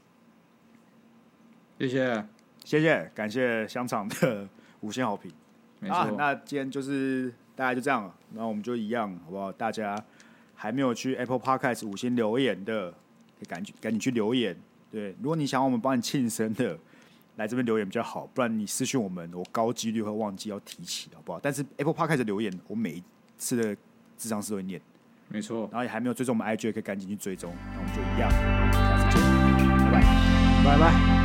谢谢谢谢，感谢香肠的五星好评。 没错、 啊，那今天就是大概就这样了，然后我们就一样，好不好？大家还没有去 Apple Podcast 五星留言的，可以赶紧赶紧去留言。对，如果你想要我们帮你庆生的， 来这边留言比较好，不然你私讯我们，我高几率会忘记要提起，好不好？但是 Apple Podcast 的留言，我每一次的智商是都会念， 没错。 然后也还没有追踪我们 I G， 也可以赶紧去追踪。那我们就一样，下次见，拜拜， 拜拜。